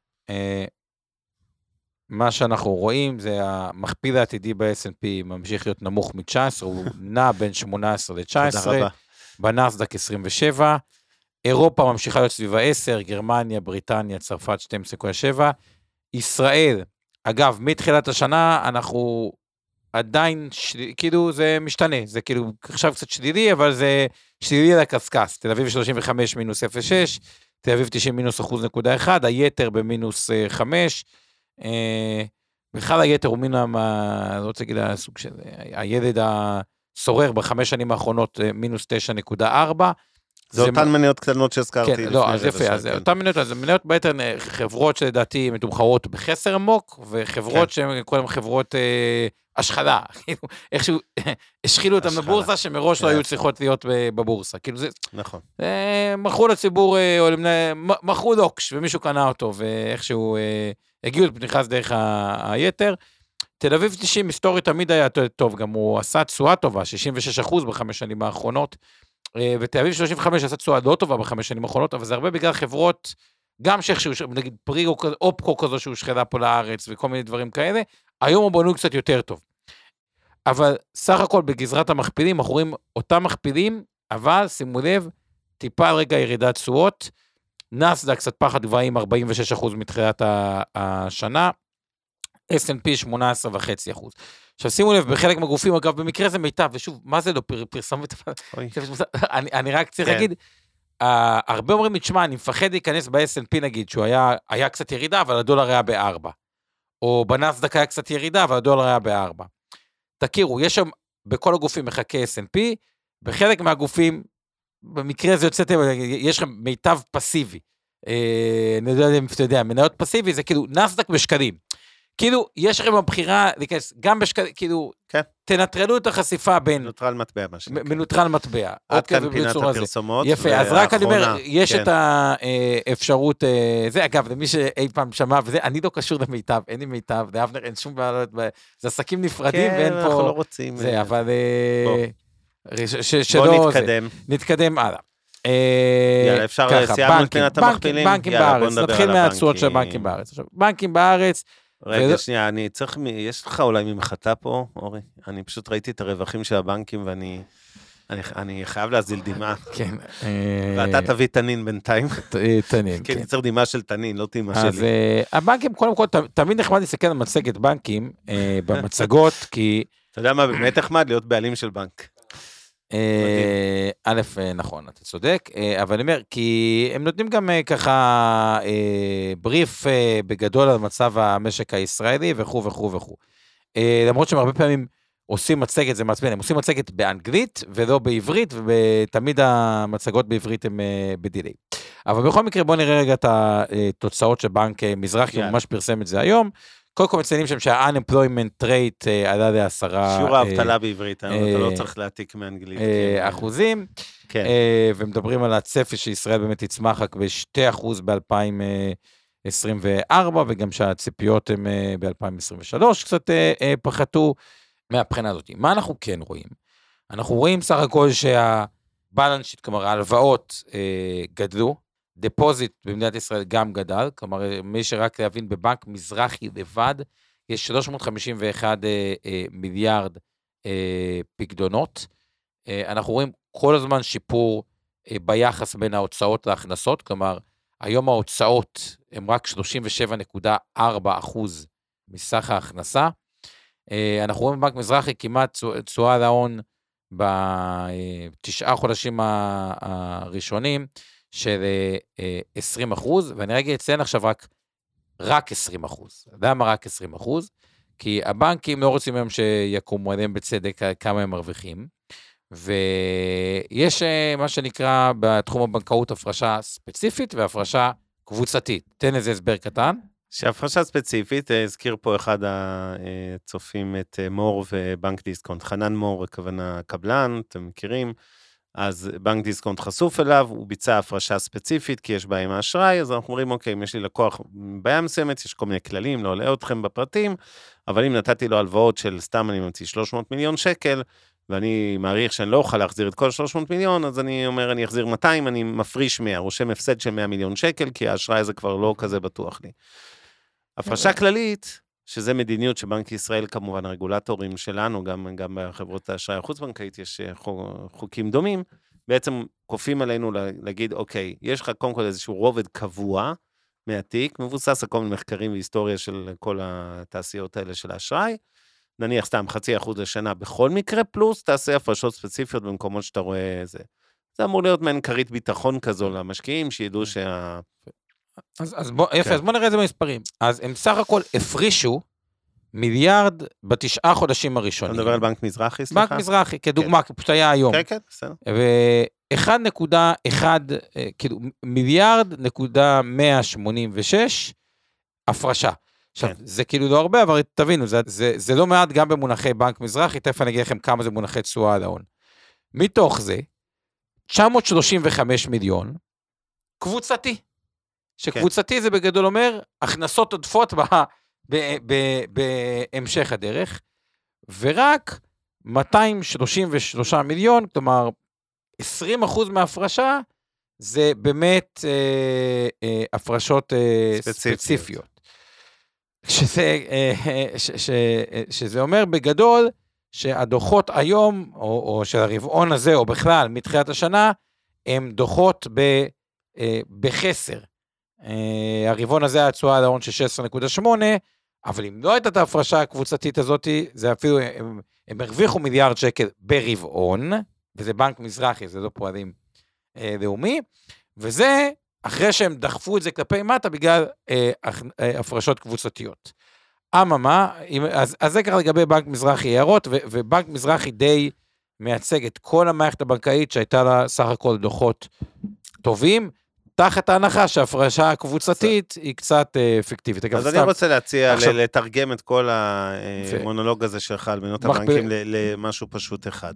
מה שאנחנו רואים זה המכפיל העתידי ב-אס אנד פי ממשיך להיות נמוך מ-תשע עשרה, הוא נע בין שמונה עשרה ל-תשע עשרה, בנסדק עשרים ושבע, אירופה ממשיכה להיות סביבה עשר, גרמניה, בריטניה, צרפת שתים עשרה נקודה שבע, ישראל, אגב, מתחילת השנה אנחנו עדיין, של... כאילו זה משתנה, זה כאילו עכשיו קצת שלילי, אבל זה שלילי על הקסקס, תל אביב שלושים וחמש מינוס אפס נקודה שש, תל אביב תשעים מינוס אחוז נקודה אחד, היתר במינוס חמש, בכלל היתר הוא מן, אני לא רוצה להגיד, הסוג של, הילד הסורר בחמש שנים האחרונות מינוס תשע נקודה ארבע, זה אותן מניות קטנות שהזכרתי. כן, לא, אז יפה, אז אותן מניות, אז מניות ביתר חברות שלדעתי מתומחרות בחסר עמוק, וחברות שהן קודם חברות השחלה, איכשהו השחילו אותם בבורסה, שמראש לא היו צריכות להיות בבורסה, כאילו זה, נכון. מכרו לציבור, מכרו לוקש, ומישהו קנה אותו, ואיכשהו הגיעו לפניחס דרך היתר, תל אביב תשעים היסטורית תמיד היה טוב, גם הוא עשה תשואה טובה, שישים ושש אחוז בחמש שנים האחרונות, ותל אביב שלושים וחמש עשה תשואה לא טובה בחמש שנים האחרונות, אבל זה הרבה בגלל חברות, גם שאיכשהו, נגיד פריגו, אופקו כזו שהוא שחדה פה לארץ, וכל מיני דברים כאלה, היום הוא בנוי קצת יותר טוב. אבל סך הכל בגזרת המכפילים, אנחנו רואים אותם מכפילים, אבל שימו לב, טיפה רגע ירידת תשואות, נסדק קצת פחד גבוהים ארבעים ושש אחוז מתחילת השנה, אס אנד פי שמונה עשרה נקודה חמש אחוז. עכשיו שימו לב, בחלק מהגופים, אגב, במקרה זה מיטב, ושוב, מה זה לא פרסמת? אני רק צריך להגיד, הרבה אומרים, תשמע, אני מפחד להיכנס ב-אס אנד פי נגיד, שהוא היה קצת ירידה, אבל הדולר היה בארבע. או בנסדק היה קצת ירידה, אבל הדולר היה בארבע. תכירו, יש שם בכל הגופים מחכה אס אנד פי, בחלק מהגופים, במקרה הזה יוצאתם, יש לכם מיטב פסיבי. אני לא יודע אם אתה יודע, מניות פסיבי זה כאילו נסדק בשקלים. כאילו, יש לכם הבחירה להיכנס גם בשקלים, כאילו, תנטרלו את החשיפה בין... מנוטרל מטבע, מה שנקרא. מנוטרל מטבע. עד כאן פינת הפרסומות. יפה, אז רק אני אומר, יש את האפשרות, זה אגב, למי שאי פעם שמע, וזה, אני לא קשור למיטב, אין לי מיטב, לאבנר, אין שום בעלות, זה עסקים נפרדים, ואין פה... כן, אנחנו לא רוצים... זה, אבל... בוא נתקדם. נתקדם הלאה. יאללה, אפשר, סיימנו את פינת המכפילים? בנקים בארץ, נתחיל מהתשואות של בנקים בארץ. בנקים בארץ, רגע, שנייה, אני צריך, יש לך אולי ממחתה פה, אורי? אני פשוט ראיתי את הרווחים של הבנקים, ואני אני חייב להזיל דמעה. כן. ואתה תביא תנין בינתיים. תנין, כן. כי אני צריך דמעה של תנין, לא דמעה שלי. אז הבנקים, קודם כל, תמיד נחמד להסתכל על מצגת בנקים, במצגות, כי... אתה יודע מה, באמת נחמד להיות בעלים של בנק. א', נכון, אתה צודק, אבל אני אומר, כי הם נותנים גם ככה בריף בגדול על מצב המשק הישראלי וכו' וכו' וכו'. למרות שהם הרבה פעמים עושים מצגת, זה מעצבן, הם עושים מצגת באנגלית ולא בעברית, ותמיד המצגות בעברית הם בדילי. אבל בכל מקרה בואו נראה רגע את התוצאות של בנק מזרחי, הוא ממש פרסם את זה היום. קודם כל מציינים שם שה-unemployment rate עלה לעשרה... שיעור האבטלה בעברית, אתה לא צריך להעתיק מאנגלית. אחוזים, ומדברים על הצפי שישראל באמת יצמח רק ב-שני אחוז ב-אלפיים עשרים וארבע, וגם שהציפיות הן ב-אלפיים עשרים ושלוש קצת פחתו מהבחינה הזאת. מה אנחנו כן רואים? אנחנו רואים סך הכל שהבלנס שיט, כלומר ההלוואות גדלו, דפוזיט במדינת ישראל גם גדל, כלומר, מי שרק להבין בבנק מזרחי לבד, יש שלוש מאות חמישים ואחד אה, אה, מיליארד אה, פקדונות. אה, אנחנו רואים כל הזמן שיפור אה, ביחס בין ההוצאות להכנסות, כלומר, היום ההוצאות הן רק שלושים ושבע נקודה ארבע אחוז מסך ההכנסה. אה, אנחנו רואים בבנק מזרחי כמעט תשואה להון בתשעה חודשים הראשונים, של עשרים אחוז, ואני רגע אציין עכשיו רק, רק עשרים אחוז. למה רק עשרים אחוז? כי הבנקים לא רוצים היום שיקומו עליהם בצדק כמה הם מרוויחים, ויש מה שנקרא בתחום הבנקאות הפרשה ספציפית והפרשה קבוצתית. תן איזה הסבר קטן. שהפרשה ספציפית, הזכיר פה אחד הצופים את מור ובנק דיסקונט. חנן מור, הכוונה קבלן, אתם מכירים, אז בנק דיסקונט חשוף אליו, הוא ביצע הפרשה ספציפית, כי יש בעיה עם האשראי, אז אנחנו אומרים, אוקיי, אם יש לי לקוח בעיה מסוימת, יש כל מיני כללים, לא עולה אתכם בפרטים, אבל אם נתתי לו הלוואות של סתם, אני ממציא שלוש מאות מיליון שקל, ואני מעריך שאני לא אוכל להחזיר את כל שלוש מאות מיליון, אז אני אומר, אני אחזיר מאתיים, אני מפריש מאה, רושם הפסד של מאה מיליון שקל, כי האשראי הזה כבר לא כזה בטוח לי. הפרשה כללית, שזה מדיניות שבנק ישראל, כמובן, הרגולטורים שלנו, גם, גם בחברות האשראי החוץ-בנקאית, יש חוקים דומים, בעצם כופים עלינו להגיד, אוקיי, יש לך קודם כל איזשהו רובד קבוע מהתיק, מבוסס על כל מיני מחקרים והיסטוריה של כל התעשיות האלה של האשראי, נניח סתם חצי אחוז לשנה בכל מקרה, פלוס תעשה הפרשות ספציפיות במקומות שאתה רואה זה. זה אמור להיות מעין כרית ביטחון כזו למשקיעים, שידעו שה... אז, אז בוא, יפה, אז בוא נראה את זה במספרים. אז הם סך הכל הפרישו מיליארד בתשעה חודשים הראשונים. אתה מדבר על בנק מזרחי, סליחה? בנק מזרחי, כדוגמה, כן. פשוט היה היום. כן, כן, בסדר. ו-אחד נקודה אחת, כאילו, מיליארד נקודה מאה שמונים ושש הפרשה. עכשיו, כן. זה כאילו לא הרבה, אבל תבינו, זה, זה, זה לא מעט גם במונחי בנק מזרחי, תכף אני אגיד לכם כמה זה מונחי תשואה על ההון. מתוך זה, תשע מאות שלושים וחמישה מיליון, קבוצתי. שקבוצתי זה בגדול אומר, הכנסות עודפות בהמשך הדרך, ורק מאתיים שלושים ושלושה מיליון, כלומר, עשרים אחוז מההפרשה, זה באמת אה, אה, הפרשות אה, ספציפיות. ספציפיות. שזה, אה, ש, ש, שזה אומר בגדול, שהדוחות היום, או, או של הרבעון הזה, או בכלל, מתחילת השנה, הם דוחות ב, אה, בחסר. Uh, הרבעון הזה התשואה על ההון של שש עשרה נקודה שמונה, אבל אם לא הייתה את ההפרשה הקבוצתית הזאת, זה אפילו, הם, הם הרוויחו מיליארד שקל ברבעון, וזה בנק מזרחי, זה לא פועלים uh, לאומי, וזה אחרי שהם דחפו את זה כלפי מטה, בגלל uh, uh, הפרשות קבוצתיות. אממה, אז, אז זה ככה לגבי בנק מזרחי הערות, ו, ובנק מזרחי די מייצג את כל המערכת הבנקאית, שהייתה לה סך הכל דוחות טובים, תחת ההנחה שההפרשה הקבוצתית היא קצת אפקטיבית. אז אני רוצה להציע לתרגם את כל המונולוג הזה שלך על מנות הבנקים למשהו פשוט אחד.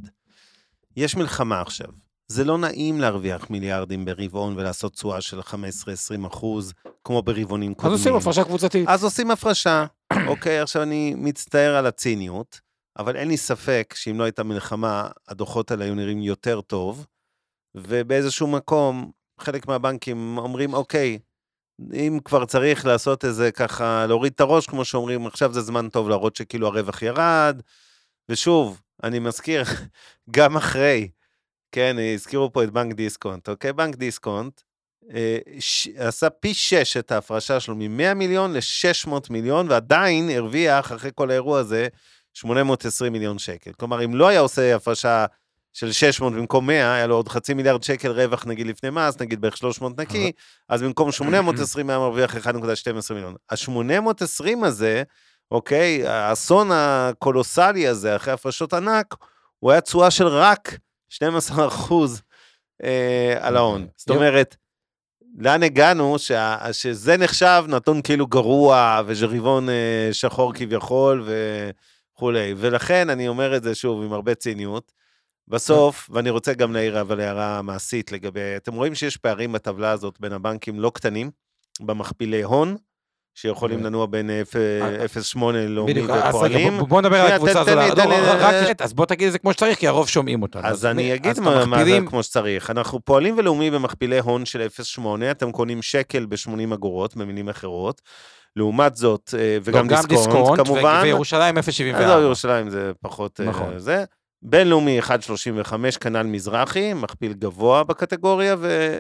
יש מלחמה עכשיו. זה לא נעים להרוויח מיליארדים ברבעון ולעשות תשואה של חמש עשרה עד עשרים אחוז, כמו ברבעונים קודמים. אז עושים הפרשה קבוצתית. אז עושים הפרשה. אוקיי, עכשיו אני מצטער על הציניות, אבל אין לי ספק שאם לא הייתה מלחמה, הדוחות האלה היו נראים יותר טוב, ובאיזשהו מקום, חלק מהבנקים אומרים, אוקיי, אם כבר צריך לעשות איזה ככה, להוריד את הראש, כמו שאומרים, עכשיו זה זמן טוב להראות שכאילו הרווח ירד, ושוב, אני מזכיר, גם אחרי, כן, הזכירו פה את בנק דיסקונט, אוקיי, בנק דיסקונט, אה, ש... עשה פי שש את ההפרשה שלו, מ-מאה מיליון ל-שש מאות מיליון, ועדיין הרוויח, אחרי כל האירוע הזה, שמונה מאות ועשרים מיליון שקל. כלומר, אם לא היה עושה הפרשה של שש מאות במקום מאה, היה לו עוד חצי מיליארד שקל רווח, נגיד לפני מס, נגיד בערך שלוש מאות נקי, אז במקום שמונה מאות ועשרים היה מרוויח אחד נקודה שתים עשרה מיליון. ה-שמונה מאות ועשרים הזה, אוקיי, האסון הקולוסלי הזה, אחרי הפרשות ענק, הוא היה תשואה של רק שנים עשר אחוז אה, על ההון. זאת אומרת, לאן הגענו, שה, שזה נחשב נתון כאילו גרוע, ושריבון אה, שחור כביכול, וכולי. ולכן אני אומר את זה שוב, עם הרבה ציניות, בסוף, ואני רוצה גם להעיר, אבל הערה מעשית לגבי, אתם רואים שיש פערים בטבלה הזאת בין הבנקים לא קטנים, במכפילי הון, שיכולים לנוע בין אפס נקודה שמונה לאומי ופועלים. בוא נדבר על הקבוצה הזאת, אז בוא תגיד את זה כמו שצריך, כי הרוב שומעים אותנו. אז אני אגיד מה זה כמו שצריך. אנחנו פועלים ולאומי במכפילי הון של אפס נקודה שמונה, אתם קונים שקל ב-שמונים אגורות, במילים אחרות, לעומת זאת, וגם דיסקונט, כמובן. וירושלים אפס נקודה שבעים וארבע. אז ירושלים זה פחות זה. בינלאומי אחת נקודה שלושים וחמש, כנ"ל מזרחי, מכפיל גבוה בקטגוריה,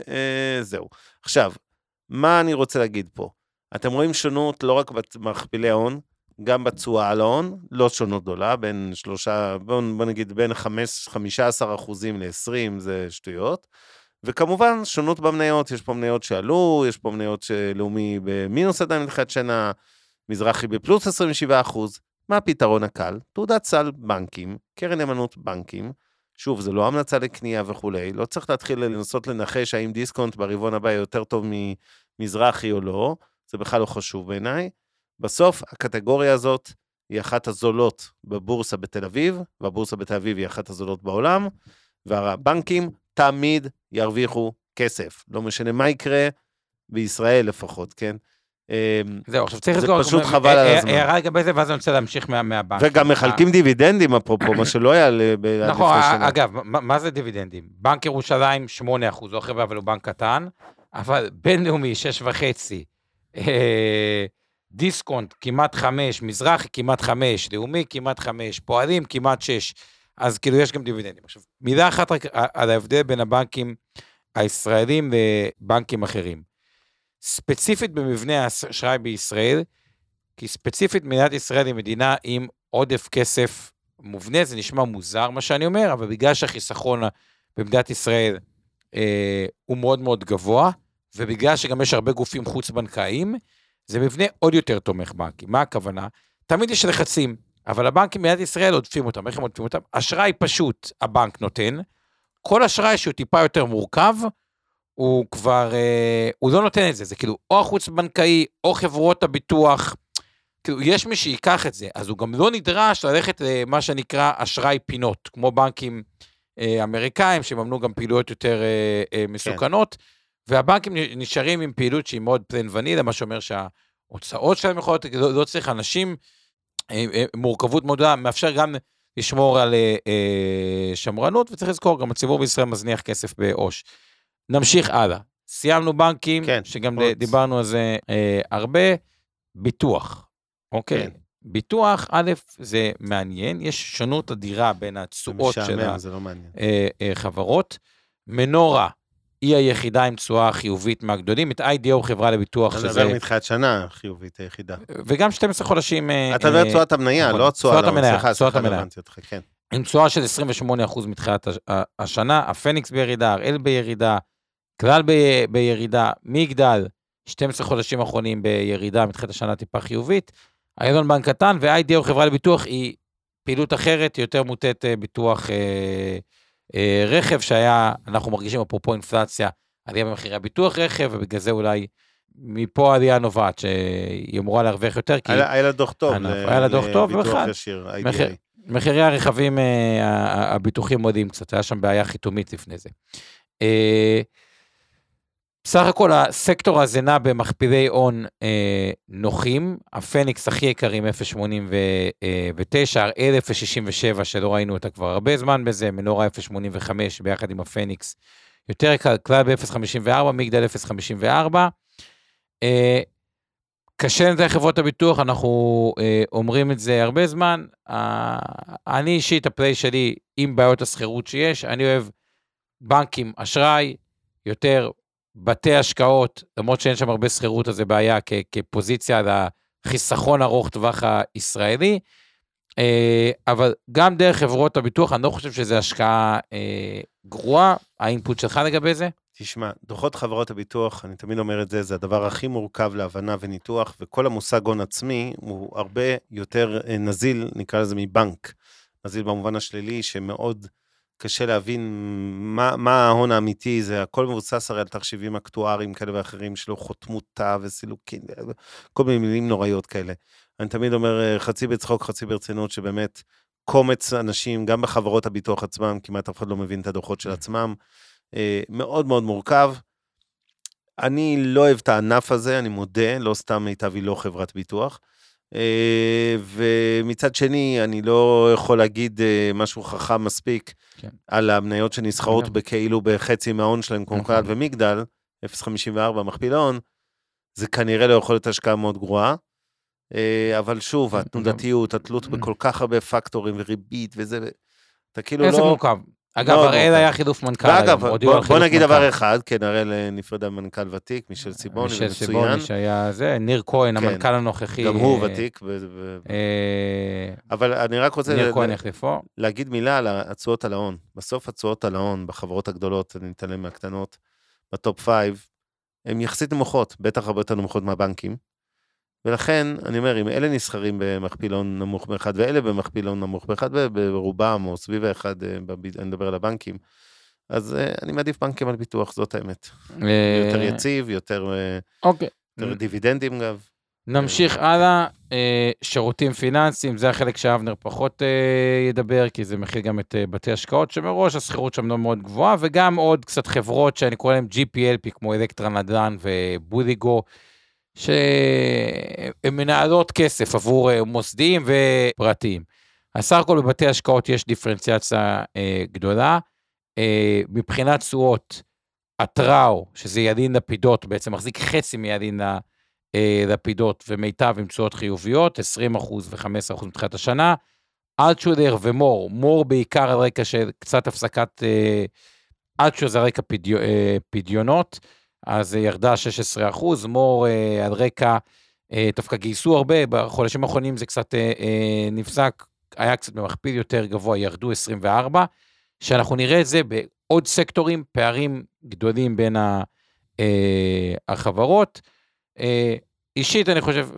וזהו. עכשיו, מה אני רוצה להגיד פה? אתם רואים שונות לא רק במכפילי ההון, גם בתשואה על ההון, לא שונות גדולה, בין שלושה, בוא, בוא נגיד בין חמישה עשר אחוזים ל-עשרים, זה שטויות, וכמובן שונות במניות, יש פה מניות שעלו, יש פה מניות שלאומי במינוס עדיין לתחילת שנה, מזרחי בפלוס עשרים ושבעה אחוז, מה הפתרון הקל? תעודת סל בנקים, קרן אמנות בנקים, שוב, זה לא המלצה לקנייה וכולי, לא צריך להתחיל לנסות לנחש האם דיסקונט ברבעון הבא יותר טוב ממזרחי או לא, זה בכלל לא חשוב בעיניי. בסוף, הקטגוריה הזאת היא אחת הזולות בבורסה בתל אביב, והבורסה בתל אביב היא אחת הזולות בעולם, והבנקים תמיד ירוויחו כסף. לא משנה מה יקרה, בישראל לפחות, כן? זהו, עכשיו צריך זה פשוט חבל על הזמן. הערה לגבי זה, ואז אני רוצה להמשיך מהבנק. וגם מחלקים דיבידנדים, אפרופו, מה שלא היה לפני שנה. נכון, אגב, מה זה דיבידנדים? בנק ירושלים, שמונה אחוז, לא חברה, אבל הוא בנק קטן, אבל בינלאומי, שש וחצי, דיסקונט, כמעט חמש, מזרחי, כמעט חמש, לאומי, כמעט חמש, פועלים, כמעט שש, אז כאילו יש גם דיבידנדים. עכשיו, מילה אחת רק על ההבדל בין הבנקים הישראלים לבנקים אחרים. ספציפית במבנה האשראי בישראל, כי ספציפית מדינת ישראל היא מדינה עם עודף כסף מובנה, זה נשמע מוזר מה שאני אומר, אבל בגלל שהחיסכון במדינת ישראל אה, הוא מאוד מאוד גבוה, ובגלל שגם יש הרבה גופים חוץ-בנקאיים, זה מבנה עוד יותר תומך בנקים. מה הכוונה? תמיד יש לחצים, אבל הבנקים במדינת ישראל עודפים אותם, איך הם עודפים אותם? אשראי פשוט הבנק נותן, כל אשראי שהוא טיפה יותר מורכב, הוא כבר, אה, הוא לא נותן את זה, זה כאילו או החוץ-בנקאי, או חברות הביטוח, כאילו יש מי שיקח את זה, אז הוא גם לא נדרש ללכת למה שנקרא אשראי פינות, כמו בנקים אה, אמריקאים, שממנו גם פעילויות יותר אה, אה, מסוכנות, כן. והבנקים נשארים עם פעילות שהיא מאוד פלן ונילה, מה שאומר שההוצאות שלהם יכולות, לא, לא צריך אנשים, אה, אה, מורכבות מודעה, מאפשר גם לשמור על אה, אה, שמרנות, וצריך לזכור, גם הציבור בישראל מזניח כסף בעוש. נמשיך הלאה. סיימנו בנקים, כן, שגם עוד. דיברנו על זה אה, הרבה, ביטוח. אוקיי. כן. ביטוח, א', זה מעניין, יש שונות אדירה בין התשואות של החברות. לא מנורה, היא היחידה עם תשואה חיובית מהגדולים, את איי די או חברה לביטוח שזה... אתה מדבר מתחילת שנה חיובית היחידה. וגם שנים עשר חודשים... אתה מדבר תשואת המניה, לא תשואת המניה. תשואת המניה. כן. עם תשואה של עשרים ושמונה אחוז מתחילת השנה, הפניקס בירידה, הראל בירידה, כלל ב- בירידה, מגדל, שנים עשר חודשים האחרונים בירידה, מתחילת השנה טיפה חיובית, איילון בנק קטן, ו-איי די או חברה לביטוח היא פעילות אחרת, יותר מוטט ביטוח אה, אה, רכב, שהיה, אנחנו מרגישים אפרופו אינפלציה, עלייה במחירי הביטוח רכב, ובגלל זה אולי מפה עלייה נובעת, שהיא אמורה להרוויח יותר, כי... היה לה דוח טוב, היה לה דוח טוב, לביטוח ישיר, איי די איי. מחירי הרכבים, הביטוחים מודיעים קצת, היה שם בעיה חיתומית לפני זה. בסך הכל הסקטור הזה נע במכפילי הון נוחים, הפניקס הכי יקרים אפס נקודה שמונים ותשע, הראל אפס נקודה שישים ושבע שלא ראינו אותה כבר הרבה זמן בזה, מנורה אפס נקודה שמונים וחמש ביחד עם הפניקס, יותר כלל ב-אפס נקודה חמישים וארבע, מגדל אפס נקודה חמישים וארבע, קשה לזה חברות הביטוח, אנחנו אה, אומרים את זה הרבה זמן, אה, אני אישית, הפליי שלי, עם בעיות הסחירות שיש, אני אוהב בנקים, אשראי, יותר בתי השקעות, למרות שאין שם הרבה סחירות, אז זה בעיה כ- כפוזיציה לחיסכון ארוך טווח הישראלי, אה, אבל גם דרך חברות הביטוח, אני לא חושב שזה השקעה אה, גרועה, האינפוט שלך לגבי זה? תשמע, דוחות חברות הביטוח, אני תמיד אומר את זה, זה הדבר הכי מורכב להבנה וניתוח, וכל המושג הון עצמי הוא הרבה יותר נזיל, נקרא לזה מבנק. נזיל במובן השלילי, שמאוד קשה להבין מה, מה ההון האמיתי, זה הכל מבוסס הרי על תחשיבים אקטואריים כאלה ואחרים, שלו חותמותה וסילוקים, כל מיני מילים נוראיות כאלה. אני תמיד אומר, חצי בצחוק, חצי ברצינות, שבאמת קומץ אנשים, גם בחברות הביטוח עצמם, כמעט אף אחד לא מבין את הדוחות של עצמם, מאוד מאוד מורכב. אני לא אוהב את הענף הזה, אני מודה, לא סתם מיטב היא לא חברת ביטוח, ומצד שני אני לא יכול להגיד משהו חכם מספיק כן. על המניות שנסחרות כן. בכאילו בחצי מההון שלהם, כמו כלל ומגדל, אפס נקודה חמישים וארבע מכפיל ההון, זה כנראה לא יכול להיות השקעה מאוד גרועה, אבל שוב, התנודתיות, התלות בכל כך הרבה פקטורים וריבית וזה, אתה כאילו לא... איזה מורכב. אגב, הראל היה חילוף מנכ"ל. ואגב, בוא נגיד דבר אחד, כן, הראל נפרד מנכ"ל ותיק, מישל סיבוני, מישל סיבוני שהיה זה, ניר כהן, המנכ"ל הנוכחי. גם הוא ותיק. אבל אני רק רוצה להגיד מילה על הצועות על ההון. בסוף הצועות על ההון, בחברות הגדולות, אני נתעלם מהקטנות, בטופ פייב, הן יחסית נמוכות, בטח הרבה יותר נמוכות מהבנקים, ולכן, אני אומר, אם אלה נסחרים במכפילון נמוך באחד, ואלה במכפילון נמוך באחד, ברובם, או סביב האחד, אני מדבר על הבנקים, אז אני מעדיף בנקים על ביטוח, זאת האמת. יותר יציב, יותר דיבידנדים גם. נמשיך הלאה, שירותים פיננסיים, זה החלק שאבנר פחות ידבר, כי זה מכיל גם את בתי השקעות, שמראש הסחירות שם לא מאוד גבוהה, וגם עוד קצת חברות שאני קורא להם ג'י פי אל פי, כמו אלקטרה נדל"ן ובודיגו, שהן מנהלות כסף עבור מוסדיים ופרטיים. הסך הכל בבתי השקעות יש דיפרנציאציה גדולה, מבחינת תשואות, הטראו, שזה ידין לפידות, בעצם מחזיק חצי מידין לפידות, ומיטב עם תשואות חיוביות, עשרים אחוז ו-חמישה עשר אחוז מתחילת השנה, אלטשולר ומור, מור בעיקר על רקע של קצת הפסקת, אלטשולר זה על רקע פדיונות, אז ירדה שש עשרה אחוז, מור על רקע, דווקא גייסו הרבה, בחודשים האחרונים זה קצת נפסק, היה קצת במכפיל יותר גבוה, ירדו עשרים וארבע, שאנחנו נראה את זה בעוד סקטורים, פערים גדולים בין החברות. אישית אני חושב,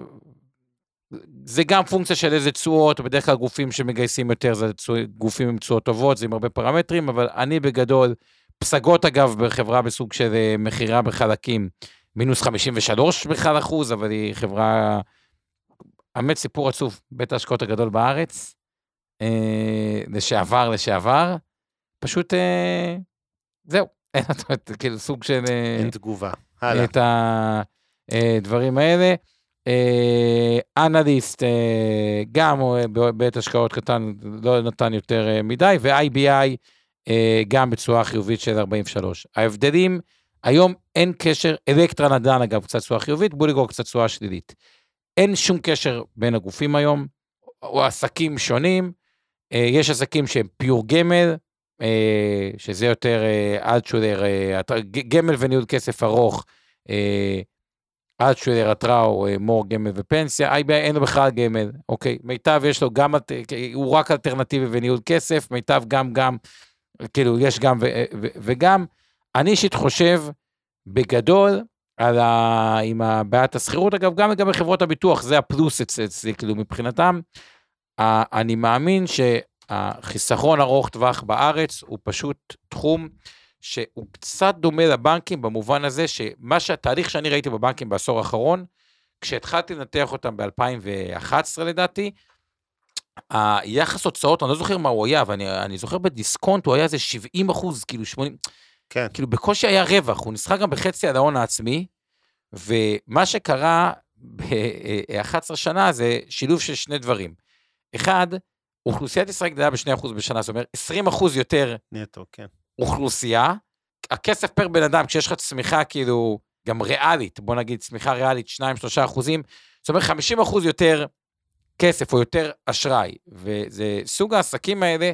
זה גם פונקציה של איזה תשואות, בדרך כלל גופים שמגייסים יותר, זה גופים עם תשואות טובות, זה עם הרבה פרמטרים, אבל אני בגדול, פסגות אגב בחברה בסוג של מחירה בחלקים, מינוס חמישים ושלוש בכלל אחוז, אבל היא חברה, האמת סיפור עצוב, בית ההשקעות הגדול בארץ, לשעבר, לשעבר, פשוט, זהו, אין אותו, כאילו סוג של... אין תגובה, הלאה. את הדברים האלה. אנליסט, גם בית השקעות קטן, לא נתן יותר מדי, ו-איי בי איי, גם בצורה חיובית של ארבעים ושלוש. ההבדלים, היום אין קשר, אלקטרה נדל"ן אגב, קצת צורה חיובית, בודיגו קצת צורה שלילית. אין שום קשר בין הגופים היום, או עסקים שונים, יש עסקים שהם פיור גמל, שזה יותר אלטשולר, גמל וניהול כסף ארוך, אלטשולר, הטראו, מור גמל ופנסיה, איי בי איי אין לו בכלל גמל, אוקיי, מיטב יש לו גם, הוא רק אלטרנטיבי וניהול כסף, מיטב גם גם, כאילו יש גם ו, ו, וגם, אני אישית חושב בגדול, על ה, עם הבעיית הסחירות, אגב, גם לגבי חברות הביטוח, זה הפלוס אצלי, כאילו מבחינתם, אני מאמין שהחיסכון ארוך טווח בארץ, הוא פשוט תחום, שהוא קצת דומה לבנקים, במובן הזה, שמה שהתהליך שאני ראיתי בבנקים בעשור האחרון, כשהתחלתי לנתח אותם ב-אלפיים ואחת עשרה לדעתי, היחס הוצאות, אני לא זוכר מה הוא היה, אבל אני, אני זוכר בדיסקונט, הוא היה איזה שבעים אחוז, כאילו שמונים, כן. כאילו בקושי היה רווח, הוא נסחר גם בחצי על ההון העצמי, ומה שקרה ב-אחת עשרה שנה, זה שילוב של שני דברים. אחד, אוכלוסיית ישראל גדלה ב-שני אחוז בשנה, זאת אומרת, עשרים אחוז יותר נטו, כן. אוכלוסייה, הכסף פר בן אדם, כשיש לך צמיחה כאילו, גם ריאלית, בוא נגיד צמיחה ריאלית, שניים שלושה אחוזים, זאת אומרת, חמישים אחוז יותר כסף, או יותר אשראי, וזה סוג העסקים האלה,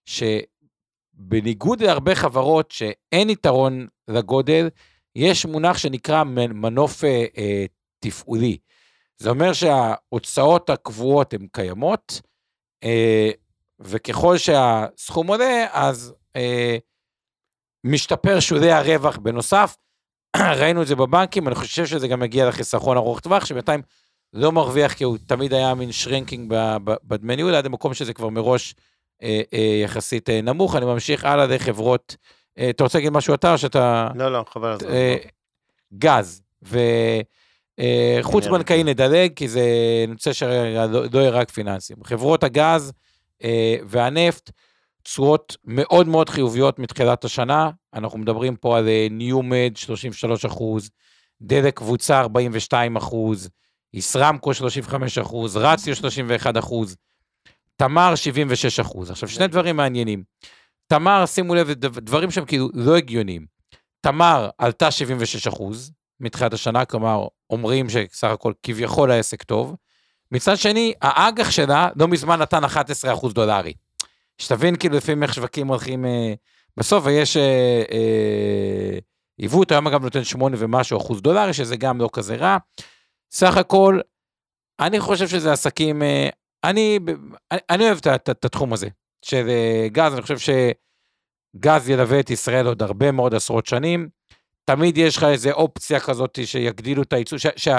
שבניגוד להרבה חברות, שאין יתרון לגודל, יש מונח שנקרא מנוף אה, תפעולי, זה אומר שההוצאות הקבועות הן קיימות, אה, וככל שהסכום עולה, אז אה, משתפר שולי הרווח בנוסף, ראינו את זה בבנקים, אני חושב שזה גם מגיע לחיסכון ארוך טווח, שבינתיים לא מרוויח, כי הוא תמיד היה מין שרינקינג בדמי ניהול, עד המקום שזה כבר מראש אה, אה, יחסית אה, נמוך, אני ממשיך הלאה לחברות, אה, אתה רוצה להגיד משהו אתה, או שאתה... לא, לא, חבל על זה. אה, גז, וחוץ אה, בנקאי נדלג, כי זה נוצא שלא יהיה רק פיננסים. חברות הגז אה, והנפט, צורות מאוד מאוד חיוביות מתחילת השנה, אנחנו מדברים פה על ניומד שלושים ושלושה אחוז, דלק קבוצה ארבעים ושתיים אחוז, ישרמקו שלושים וחמישה אחוז, רציו שלושים ואחד אחוז, תמר שבעים ושש אחוז. עכשיו שני דברים מעניינים, תמר, שימו לב, דברים שהם כאילו לא הגיוניים, תמר עלתה שבעים ושש אחוז מתחילת השנה, כלומר אומרים שסך הכל כביכול העסק טוב, מצד שני האג"ח שלה לא מזמן נתן אחד עשר אחוז דולרי, שתבין כאילו לפעמים איך שווקים הולכים אה, בסוף, ויש אה, אה, עיוות, היום גם נותן שמונה ומשהו אחוז דולרי, שזה גם לא כזה רע. סך הכל, אני חושב שזה עסקים, אה, אני, אני, אני אוהב את, את, את התחום הזה, של אה, גז, אני חושב שגז ילווה את ישראל עוד הרבה מאוד עשרות שנים, תמיד יש לך איזו אופציה כזאת שיגדילו את הייצוא, שה,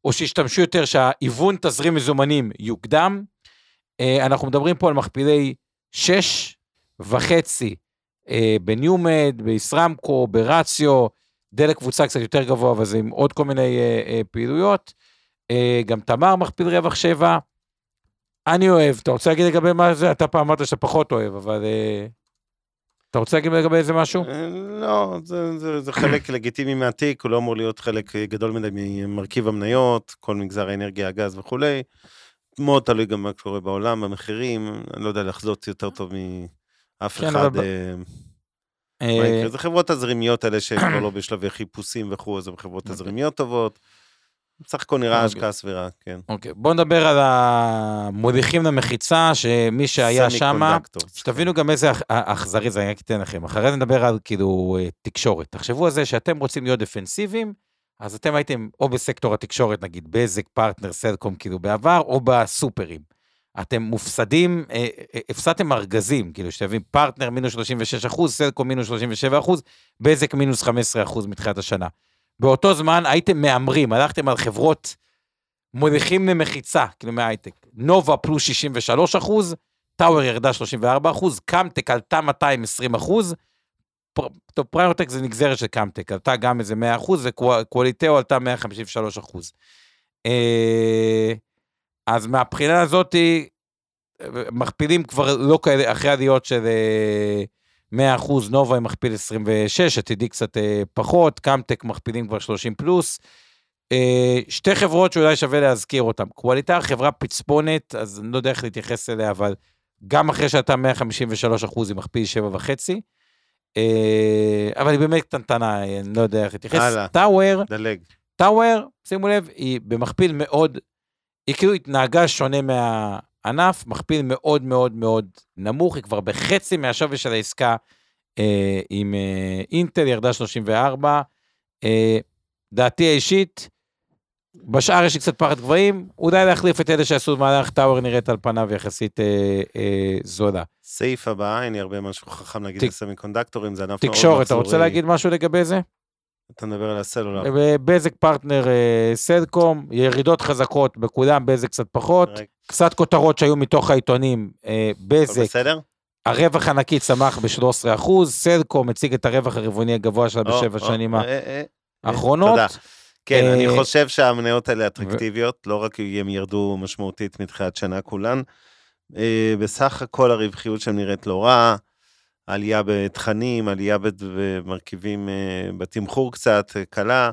או שישתמשו יותר שהאיוון תזרים מזומנים יוקדם. אנחנו מדברים פה על מכפילי שש וחצי, בניומד, בישרמקו, ברציו, דלק קבוצה קצת יותר גבוה, אבל זה עם עוד כל מיני פעילויות. גם תמר מכפיל רווח שבע. אני אוהב, אתה רוצה להגיד לגבי מה זה? אתה פעם אמרת שאתה פחות אוהב, אבל... אתה רוצה להגיד לגבי איזה משהו? לא, זה, זה, זה חלק לגיטימי מהתיק, הוא לא אמור להיות חלק גדול מדי ממרכיב המניות, כל מגזר האנרגיה, הגז וכולי. מאוד תלוי גם מה קורה בעולם, במחירים, אני לא יודע לחזות יותר טוב מאף כן, אחד. אבל... אה... זה חברות תזרימיות האלה שכבר לא בשלבי חיפושים וכו', זה חברות תזרימיות טובות. בסך הכל נראה השקעה סבירה, כן. אוקיי, בואו נדבר על המוליכים למחיצה, שמי שהיה שם, שתבינו גם איזה אכזרי זה, אני אתן לכם. אחרי זה נדבר על כאילו תקשורת. תחשבו על זה שאתם רוצים להיות דפנסיביים, אז אתם הייתם או בסקטור התקשורת, נגיד בזק, פרטנר, סלקום, כאילו בעבר, או בסופרים. אתם מופסדים, הפסדתם ארגזים, כאילו שתבין, פרטנר מינוס שלושים ושש אחוז, סלקום מינוס שלושים ושבע אחוז, בזק מינוס חמישה עשר אחוז מתחילת השנה. באותו זמן הייתם מאמרים, הלכתם על חברות מוליכים למחיצה, כאילו מההייטק, נובה פלוס שישים ושלושה אחוז, טאוור ירדה שלושים וארבעה אחוז, קמטק עלתה מאתיים ועשרים אחוז, טוב, פריורטק זה נגזרת של קמטק, עלתה גם איזה מאה אחוז, וקואליטאו עלתה מאה חמישים ושלושה אחוז. אז מהבחינה הזאת, מכפילים כבר לא כאלה, אחרי עליות של... מאה אחוז, נובה הם מכפיל עשרים ושש, עתידי קצת פחות, קמטק מכפילים כבר שלושים פלוס, שתי חברות שאולי שווה להזכיר אותן, קואליטה, חברה פצפונת, אז אני לא יודע איך להתייחס אליה, אבל גם אחרי שאתה מאה חמישים ושלושה אחוז, היא מכפיל שבע וחצי, אבל היא באמת קטנטנה, אני לא יודע איך להתייחס, טאוור, דלג. טאוור, שימו לב, היא במכפיל מאוד, היא כאילו התנהגה שונה מה... ענף, מכפיל מאוד מאוד מאוד נמוך, היא כבר בחצי מהשווי של העסקה אה, עם אה, אינטל, ירדה שלושים וארבע, אה, דעתי האישית, בשאר יש לי קצת פחד גבוהים, אולי להחליף את אלה שעשו מהלך טאוור נראית על פניו יחסית אה, אה, זולה. סעיף הבא, אין לי הרבה משהו חכם להגיד לסמי קונדקטורים, זה ענף מאוד תקשורת, אתה רוצה להגיד משהו לגבי זה? אתה מדבר על הסלולר. בזק פרטנר סלקום, ירידות חזקות בכולם, בזק קצת פחות, קצת כותרות שהיו מתוך העיתונים, בזק, הרווח הנקי צמח ב-שלושה עשר אחוז, סלקום מציג את הרווח הרבעוני הגבוה שלה בשבע שנים האחרונות. כן, אני חושב שהמניות האלה אטרקטיביות, לא רק הם ירדו משמעותית מתחילת שנה כולן, בסך הכל הרווחיות שם נראית לא רע, עלייה בתכנים, עלייה במרכיבים, בתמחור קצת, קלה.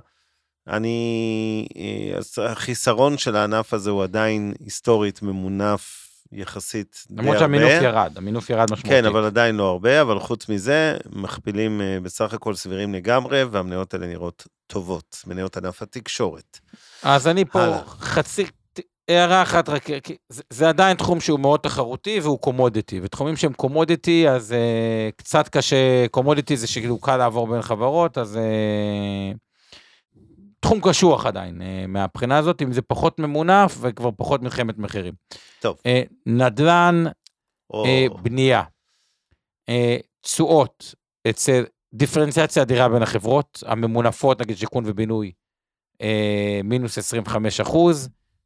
אני, החיסרון של הענף הזה הוא עדיין היסטורית ממונף יחסית די הרבה. למרות שהמינוף ירד, המינוף ירד משמעותית. כן, אבל עדיין לא הרבה, אבל חוץ מזה, מכפילים בסך הכל סבירים לגמרי, והמניות האלה נראות טובות, מניות ענף התקשורת. אז אני פה חצי... הערה אחת, רק, זה, זה עדיין תחום שהוא מאוד תחרותי, והוא קומודיטי, ותחומים שהם קומודיטי, אז uh, קצת קשה, קומודיטי זה שכאילו קל לעבור בין חברות, אז uh, תחום קשוח עדיין, uh, מהבחינה הזאת, אם זה פחות ממונף, וכבר פחות מלחמת מחירים. טוב. Uh, נדל"ן, oh. uh, בנייה, uh, תשואות, אצל דיפרנציאציה אדירה בין החברות, הממונפות, נגיד שיכון ובינוי, uh, מינוס עשרים וחמישה אחוז,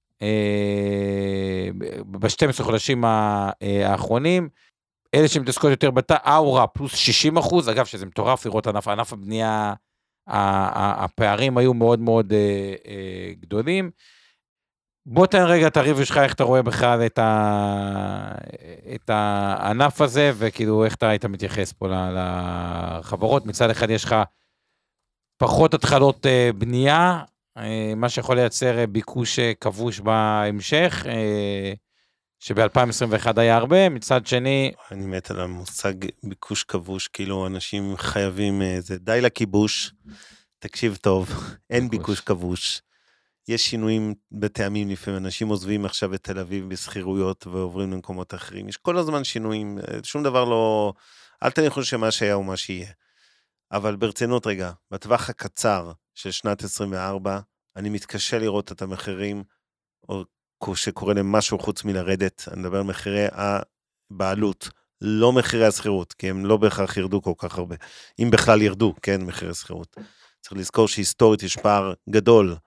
ב-שנים עשר חודשים האחרונים, אלה שמתעסקות יותר בתא, אאורה פלוס שישים אחוז, אגב שזה מטורף לראות ענף, ענף הבנייה, הפערים היו מאוד מאוד גדולים. בוא תן רגע את הריב שלך, איך אתה רואה בכלל את, ה... את הענף הזה, וכאילו איך אתה היית מתייחס פה לחברות, מצד אחד יש לך פחות התחלות בנייה, מה שיכול לייצר ביקוש כבוש בהמשך, שב-אלפיים עשרים ואחת היה הרבה, מצד שני... אני מת על המושג ביקוש כבוש, כאילו אנשים חייבים, זה די לכיבוש, תקשיב טוב, אין ביקוש כבוש, יש שינויים בטעמים לפעמים, אנשים עוזבים עכשיו את תל אביב בסחירויות ועוברים למקומות אחרים, יש כל הזמן שינויים, שום דבר לא, אל תניחו שמה שהיה הוא מה שיהיה, אבל ברצינות רגע, בטווח הקצר של שנת עשרים וארבע, אני מתקשה לראות את המחירים, או שקורה להם משהו חוץ מלרדת, אני מדבר על מחירי הבעלות, לא מחירי הסחירות, כי הם לא בהכרח ירדו כל כך הרבה, אם בכלל ירדו, כן, מחירי הסחירות. צריך לזכור שהיסטורית יש פער גדול,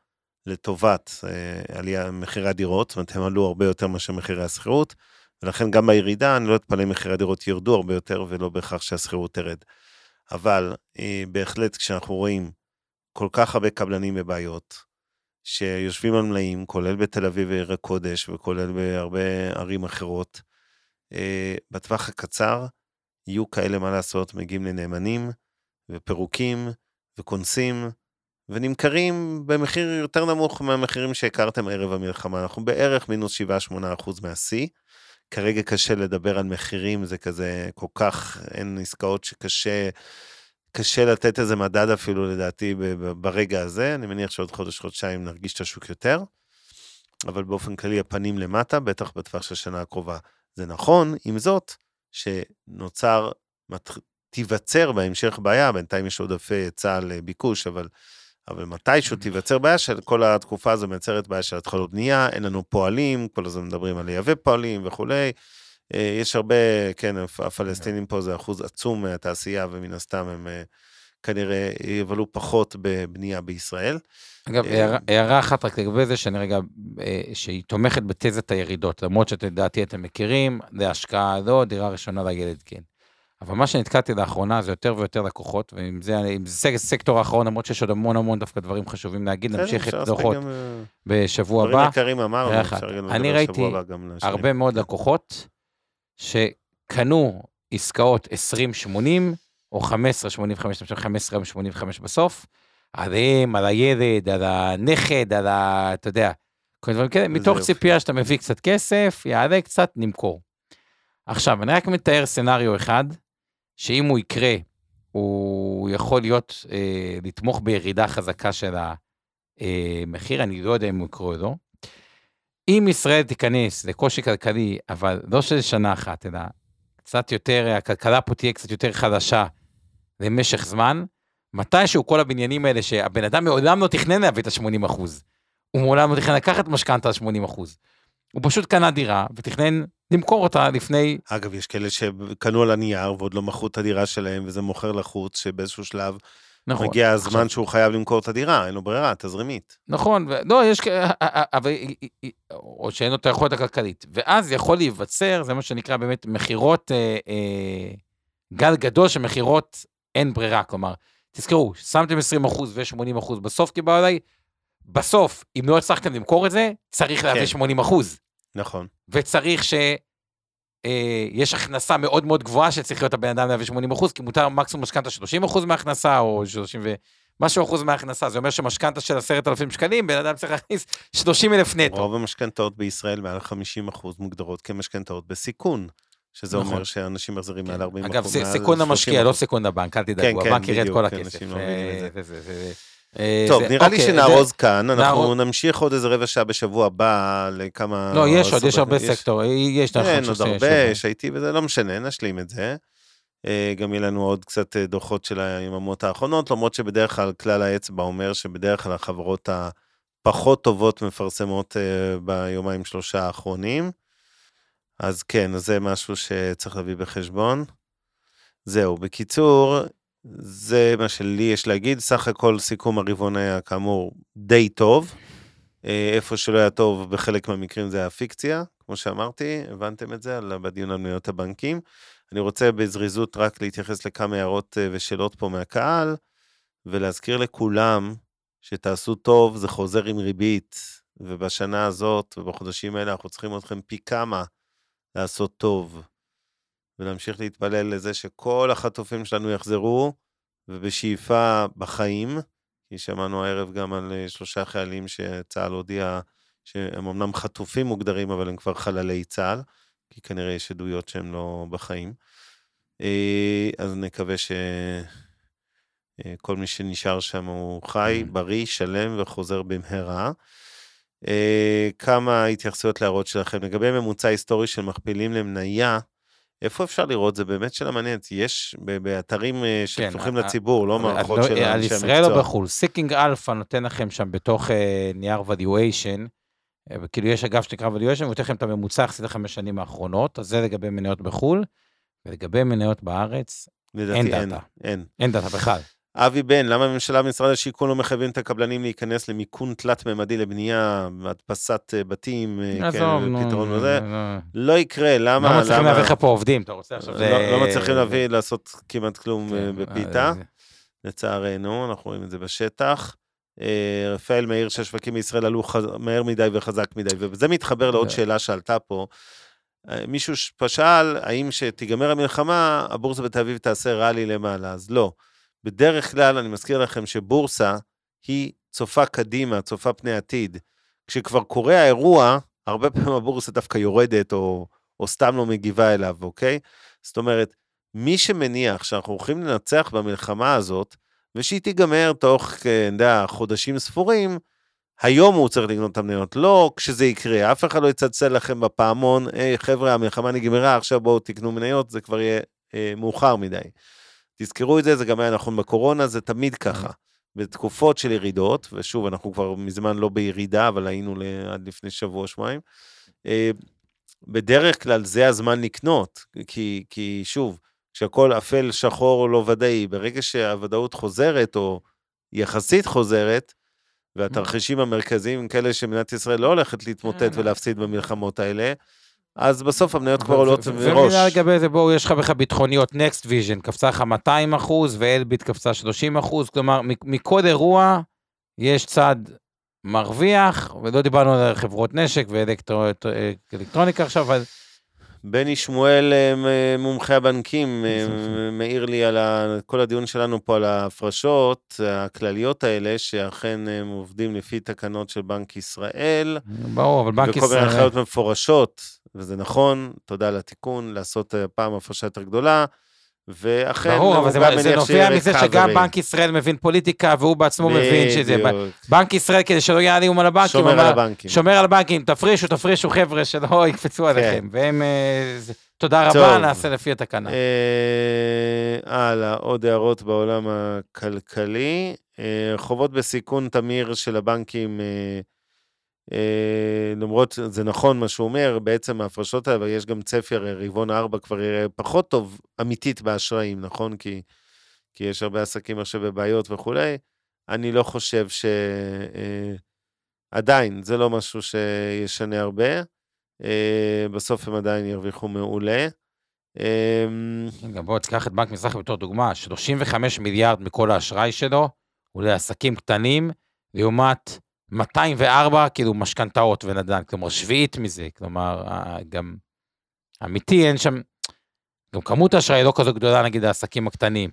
לטובת עלייה מחירי הדירות, זאת אומרת, הם עלו הרבה יותר מאשר מחירי השכירות, ולכן גם בירידה, אני לא אתפלא מחירי הדירות ירדו הרבה יותר, ולא בהכרח שהשכירות תרד. אבל בהחלט כשאנחנו רואים כל כך הרבה קבלנים בבעיות, שיושבים על מלאים, כולל בתל אביב ועיר הקודש, וכולל בהרבה ערים אחרות, בטווח הקצר, יהיו כאלה מה לעשות, מגיעים לנאמנים, ופירוקים, וכונסים, ונמכרים במחיר יותר נמוך מהמחירים שהכרתם ערב המלחמה. אנחנו בערך מינוס שבעה שמונה אחוז מהשיא. כרגע קשה לדבר על מחירים, זה כזה כל כך, אין עסקאות שקשה, קשה לתת איזה מדד אפילו לדעתי ברגע הזה. אני מניח שעוד חודש, חודשיים נרגיש את השוק יותר, אבל באופן כללי הפנים למטה, בטח בטווח של שנה הקרובה. זה נכון, עם זאת, שנוצר, תיווצר בהמשך בעיה, בינתיים יש עודפי היצע לביקוש, אבל אבל מתישהו תיווצר בעיה של כל התקופה הזו מייצרת בעיה של התחלות בנייה, אין לנו פועלים, כל הזמן מדברים על לייבא פועלים וכולי, יש הרבה, כן, הפלסטינים פה זה אחוז עצום מהתעשייה, ומן הסתם הם כנראה יבלו פחות בבנייה בישראל. אגב, הערה אחת רק לגבי זה, שאני רגע, שהיא תומכת בתזת הירידות, למרות שאתם דעתי אתם מכירים, זה השקעה לא, דירה ראשונה לילד, כן. אבל מה שנתקעתי לאחרונה זה יותר ויותר לקוחות, ואם זה, זה סקטור האחרון, למרות שיש עוד המון המון דווקא דברים חשובים להגיד, נמשיך את דוחות בשבוע הבא. דברים יקרים אמרנו, אני ראיתי הרבה מאוד לקוחות, שקנו עסקאות עשרים שמונים, או חמש עשרה שמונים וחמש, חמש עשרה שמונים וחמש בסוף, עליהם, על הילד, על הנכד, על ה... אתה יודע, כל דברים כאלה, מתוך ציפייה שאתה מביא קצת כסף, יעלה קצת, נמכור. עכשיו, אני רק מתאר סנריו אחד, שאם הוא יקרה, הוא יכול להיות, אה, לתמוך בירידה חזקה של המחיר, אני לא יודע אם הוא יקרה או לא. אם ישראל תיכנס לקושי כלכלי, אבל לא של שנה אחת, אלא קצת יותר, הכלכלה פה תהיה קצת יותר חדשה למשך זמן, מתישהו כל הבניינים האלה, שהבן אדם מעולם לא תכנן להביא את ה-שמונים אחוז, הוא מעולם לא תכנן לקחת משכנתה על שמונים אחוז, הוא פשוט קנה דירה, ותכנן למכור אותה לפני... אגב, יש כאלה שקנו על הנייר, ועוד לא מכרו את הדירה שלהם, וזה מוכר לחוץ, שבאיזשהו שלב נכון, מגיע הזמן עכשיו... שהוא חייב למכור את הדירה, אין לו ברירה, תזרימית. נכון, ו... לא, יש... אבל... או שאין לו את היכולת הכלכלית. ואז יכול להיווצר, זה מה שנקרא באמת, מחירות, אה, אה, גל גדול של מחירות אין ברירה, כלומר, תזכרו, שמתם עשרים אחוז ו-שמונים אחוז בסוף קיבל עליי, בסוף, אם לא הצלחתם למכור את זה, צריך להביא כן. שמונים אחוז. נכון. וצריך שיש אה, הכנסה מאוד מאוד גבוהה שצריך להיות הבן אדם להביא שמונים אחוז, כי מותר מקסימום משכנתה שלושים אחוז מההכנסה, או שלושים ומשהו אחוז מההכנסה. זה אומר שמשכנתה של עשרת אלפים שקלים, בן אדם צריך להכניס שלושים אלף נטו. רוב המשכנתאות בישראל מעל חמישים אחוז מוגדרות כמשכנתאות בסיכון, שזה נכון. אומר שאנשים מחזירים כן. מעל ארבעים אחוז. אגב, סיכון המשקיע, לא סיכון לבנק, אל תדאגו, כן, הבנק כן, ירד בדיוק, כל כן, הכסף. טוב, נראה לי שנארוז כאן, אנחנו נמשיך עוד איזה רבע שעה בשבוע הבא לכמה... לא, יש עוד, יש הרבה סקטור, יש כן, עוד הרבה, יש איתי, וזה לא משנה, נשלים את זה. גם יהיה לנו עוד קצת דוחות של היממות האחרונות, למרות שבדרך כלל כלל האצבע אומר שבדרך כלל החברות הפחות טובות מפרסמות ביומיים שלושה האחרונים. אז כן, זה משהו שצריך להביא בחשבון. זהו, בקיצור... זה מה שלי יש להגיד, סך הכל סיכום הרבעון היה כאמור די טוב, איפה שלא היה טוב בחלק מהמקרים זה היה פיקציה, כמו שאמרתי, הבנתם את זה בדיון על מניות הבנקים, אני רוצה בזריזות רק להתייחס לכמה הערות ושאלות פה מהקהל, ולהזכיר לכולם שתעשו טוב, זה חוזר עם ריבית, ובשנה הזאת ובחודשים האלה אנחנו צריכים אתכם פי כמה לעשות טוב, ולהמשיך להתפלל לזה שכל החטופים שלנו יחזרו, ובשאיפה בחיים, כי שמענו הערב גם על שלושה חיילים שצה"ל הודיע, שהם אמנם חטופים מוגדרים, אבל הם כבר חללי צה"ל, כי כנראה יש עדויות שהם לא בחיים. אז נקווה שכל מי שנשאר שם הוא חי, בריא, שלם וחוזר במהרה. כמה התייחסויות להראות שלכם, לגבי ממוצע היסטורי של מכפילים למניה, איפה אפשר לראות? זה באמת שאלה מעניינת. יש באתרים שפתוחים לציבור, לא מערכות של אנשי המקצוע. על ישראל או בחול. סיקינג אלפא נותן לכם שם בתוך נייר valuation, כאילו יש אגף שנקרא valuation, ונותן לכם את הממוצע יחסית לחמש שנים האחרונות, אז זה לגבי מניות בחול, ולגבי מניות בארץ, אין דאטה. אין דאטה בכלל. אבי בן, למה הממשלה ומשרד השיכון לא מחייבים את הקבלנים להיכנס למיקון תלת-ממדי לבנייה, הדפסת בתים, פתרון וזה? לא יקרה, למה? לא מצליחים להביא לך פה עובדים, אתה רוצה עכשיו? לא מצליחים להביא, לעשות כמעט כלום בפיתה, לצערנו, אנחנו רואים את זה בשטח. רפאל מאיר שהשווקים בישראל עלו מהר מדי וחזק מדי, וזה מתחבר לעוד שאלה שעלתה פה, מישהו פשאל, האם שתיגמר המלחמה, הבורסה בתל אביב תעשה רלי למעלה, אז לא. בדרך כלל, אני מזכיר לכם שבורסה היא צופה קדימה, צופה פני עתיד. כשכבר קורה האירוע, הרבה פעמים הבורסה דווקא יורדת, או, או סתם לא מגיבה אליו, אוקיי? זאת אומרת, מי שמניח שאנחנו הולכים לנצח במלחמה הזאת, ושהיא תיגמר תוך, אני יודע, חודשים ספורים, היום הוא צריך לקנות את המניות, לא כשזה יקרה, אף אחד לא יצלצל לכם בפעמון, היי חבר'ה, המלחמה נגמרה, עכשיו בואו תקנו מניות, זה כבר יהיה אה, מאוחר מדי. תזכרו את זה, זה גם היה נכון בקורונה, זה תמיד ככה. בתקופות של ירידות, ושוב, אנחנו כבר מזמן לא בירידה, אבל היינו עד לפני שבוע, שבועיים, אה, בדרך כלל זה הזמן לקנות, כי, כי שוב, כשהכל אפל שחור לא ודאי, ברגע שהוודאות חוזרת, או יחסית חוזרת, והתרחישים המרכזיים הם כאלה שמדינת ישראל לא הולכת להתמוטט ולהפסיד במלחמות האלה, אז בסוף המניות כבר עולות מראש. ומילה לגבי זה, בואו, יש לך בכלל ביטחוניות, Next Vision, קפצה לך מאתיים אחוז, ואלביט קפצה שלושים אחוז, כלומר, מכל אירוע יש צד מרוויח, ולא דיברנו על חברות נשק ואלקטרוניקה עכשיו, אבל... בני שמואל, מומחי הבנקים, מעיר לי על כל הדיון שלנו פה על ההפרשות הכלליות האלה, שאכן הם עובדים לפי תקנות של בנק ישראל. ברור, אבל בנק ישראל... וכל מיני הנחיות מפורשות, וזה נכון, תודה על התיקון, לעשות פעם הפרשה יותר גדולה, ואכן... ברור, אבל זה, זה נובע מזה שגם בנק ישראל מבין פוליטיקה, והוא בעצמו מבין שזה... בנק ישראל, כדי שלא יהיה איום על הבנקים, שומר על הבנקים. שומר על הבנקים, תפרישו, תפרישו חבר'ה, שלא יקפצו עליכם. והם... תודה רבה, נעשה לפי התקנה. הלאה, עוד הערות בעולם הכלכלי. חובות בסיכון תמיר של הבנקים, למרות זה נכון מה שהוא אומר, בעצם ההפרשות האלה, יש גם צפי, רבעון ארבע כבר יראה פחות טוב אמיתית באשראים, נכון? כי, כי יש הרבה עסקים עכשיו בבעיות וכו'. אני לא חושב ש... עדיין, זה לא משהו שישנה הרבה. בסוף הם עדיין ירוויחו מעולה. גם בואו, תקח את בנק מזרח בתור דוגמה, שלושים וחמישה מיליארד מכל האשראי שלו, הוא לעסקים קטנים, לעומת מאתיים וארבע, כאילו משכנתאות ונדל"ן, כלומר שביעית מזה, כלומר, גם אמיתי, אין שם, גם כמות האשראי לא כזו גדולה, נגיד, העסקים הקטנים.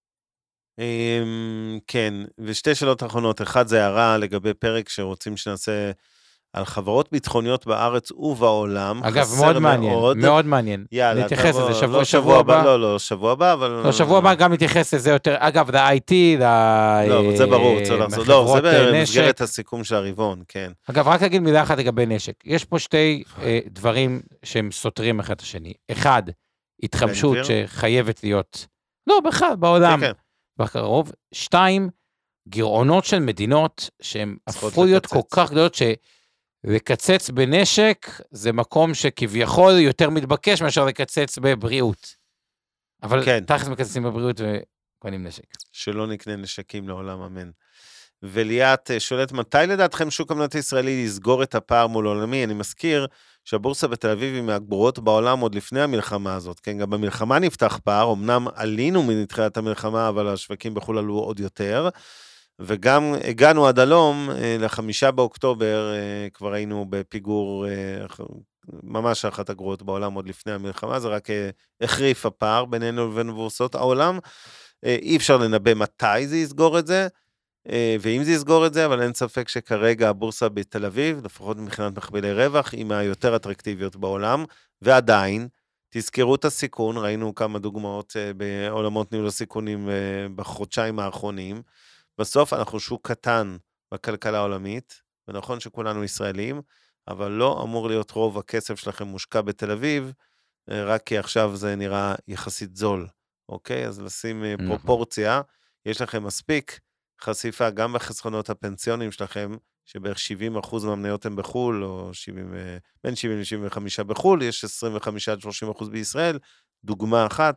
כן, ושתי שאלות האחרונות, אחד זה הערה לגבי פרק שרוצים שנעשה על חברות ביטחוניות בארץ ובעולם. אגב, מאוד מעניין, מאוד, מאוד מעניין. יאללה, נתייחס תבוא, לזה, שבוע, לא שבוע, שבוע הבא. הבא. לא, לא, שבוע הבא, אבל... לא, שבוע הבא גם נתייחס לזה יותר, אגב, ל-איי טי, לא, זה ברור, צריך לחזור. לא, זה במסגרת הסיכום של הרבעון, כן. אגב, רק אגיד מילה אחת לגבי נשק. יש פה שתי דברים שהם סותרים אחד את השני. אחד, התחמשות שחייבת להיות, לא, בכלל, בעולם, בקרוב. שתיים, גירעונות של מדינות שהן הפכו להיות כל כך גדולות ש... לקצץ בנשק זה מקום שכביכול יותר מתבקש מאשר לקצץ בבריאות. אבל כן. תכף מקצצים בבריאות וקונים נשק. שלא נקנה נשקים לעולם, אמן. וליאת שואלת, מתי לדעתכם שוק המניות הישראלי לסגור את הפער מול עולמי? אני מזכיר שהבורסה בתל אביב היא מהגבורות בעולם עוד לפני המלחמה הזאת. כן, גם במלחמה נפתח פער, אמנם עלינו מתחילת המלחמה, אבל השווקים בחו"ל עלו עוד יותר. וגם הגענו עד הלום, לחמישה באוקטובר, כבר היינו בפיגור ממש אחת הגרועות בעולם עוד לפני המלחמה, זה רק החריף הפער בינינו לבין בורסות העולם, אי אפשר לנבא מתי זה יסגור את זה, ואם זה יסגור את זה, אבל אין ספק שכרגע הבורסה בתל אביב, לפחות מבחינת מכפילי רווח, היא מהיותר אטרקטיביות בעולם, ועדיין, תזכרו את הסיכון, ראינו כמה דוגמאות בעולמות ניהול הסיכונים בחודשיים האחרונים, בסוף אנחנו שוק קטן בכלכלה העולמית, ונכון שכולנו ישראלים, אבל לא אמור להיות רוב הכסף שלכם מושקע בתל אביב, רק כי עכשיו זה נראה יחסית זול, אוקיי? אז לשים פרופורציה, יש לכם מספיק חשיפה גם בחסכונות הפנסיונים שלכם, שבערך שבעים אחוז מהמניות הם בחול, או שבעים, בין שבעים ל-שבעים וחמישה בחול, יש עשרים וחמישה עד שלושים אחוז בישראל, דוגמה אחת,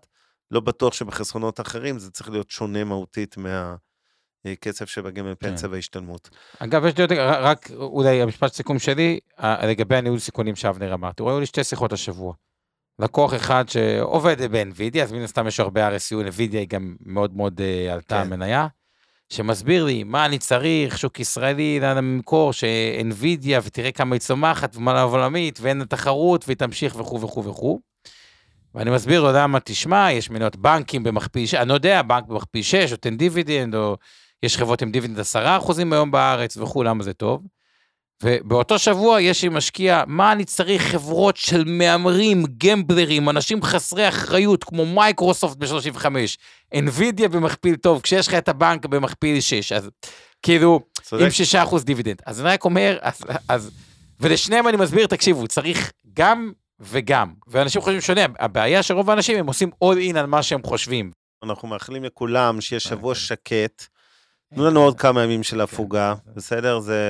לא בטוח שבחסכונות אחרים, זה צריך להיות שונה מהותית מהכסף שבגמל פנסיה והשתלמות. אגב, יש לי עוד, רק אולי המשפט סיכום שלי, לגבי הניהול סיכונים שאבנר אמר, תראו, היו לי שתי שיחות השבוע. לקוח אחד שעובד ב-NVIDIA, אז מן הסתם יש הרבה אר אס יו, NVIDIA היא גם מאוד מאוד עלתה המניה, שמסביר לי מה אני צריך, שוק ישראלי, לאן הממכור, ש-NVIDIA, ותראה כמה היא צומחת, ומה עולמית, ואין התחרות, והיא תמשיך וכו' וכו' וכו'. ואני מסביר לו למה תשמע, יש מניות בנקים במכפיל שש, אני לא יודע, בנק במכפיל שש, או תן דיבידנד, או יש חברות עם דיבידנד עשרה אחוזים היום בארץ, וכו', למה זה טוב. ובאותו שבוע יש לי משקיע, מה אני צריך חברות של מאמרים, גמבלרים, אנשים חסרי אחריות, כמו מייקרוסופט ב-שלושים וחמש, NVIDIA במכפיל טוב, כשיש לך את הבנק במכפיל שש, אז כאילו, עם שישה אחוז דיבידנד. אז אני רק אומר, אז, אז, ולשניהם אני מסביר, תקשיבו, צריך גם וגם, ואנשים חושבים שונה, הבעיה שרוב האנשים הם עושים all in על מה שהם חושבים. אנחנו מאחלים לכולם שיש שבוע שקט, תנו לנו עוד כמה ימים של הפוגה, בסדר? זה...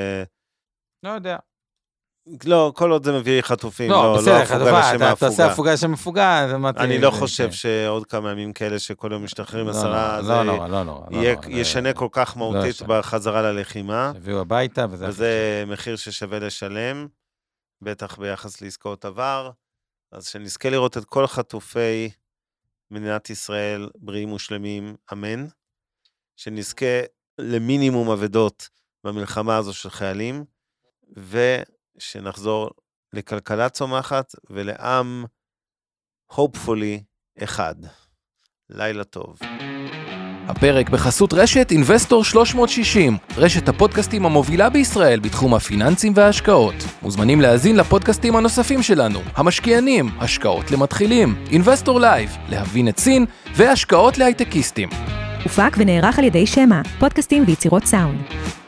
לא יודע. לא, כל עוד זה מביא חטופים, לא, בסדר, חטופה, אתה עושה הפוגה שמפוגה, אני לא חושב שעוד כמה ימים כאלה שכל יום משתחררים עשרה, זה ישנה כל כך מהותית בחזרה ללחימה, שביאו הביתה, וזה מחיר ששווה לשלם, בטח ביחס לעסקאות עבר, אז שנזכה לראות את כל חטופי מדינת ישראל בריאים ושלמים, אמן, שנזכה למינימום עבדות במלחמה הזו של חיילים, ושנחזור לכלכלה צומחת ולעם, hopefully, אחד. לילה טוב. הפרק בחסות רשת אינבסטור שלוש מאות שישים, רשת הפודקאסטים המובילה בישראל בתחום הפיננסים וההשקעות. מוזמנים להאזין לפודקאסטים הנוספים שלנו, המשקיענים, השקעות למתחילים, אינבסטור לייב, להבין את סין, והשקעות להייטקיסטים. הופק ונערך על ידי שמה, פודקאסטים ויצירות סאונד.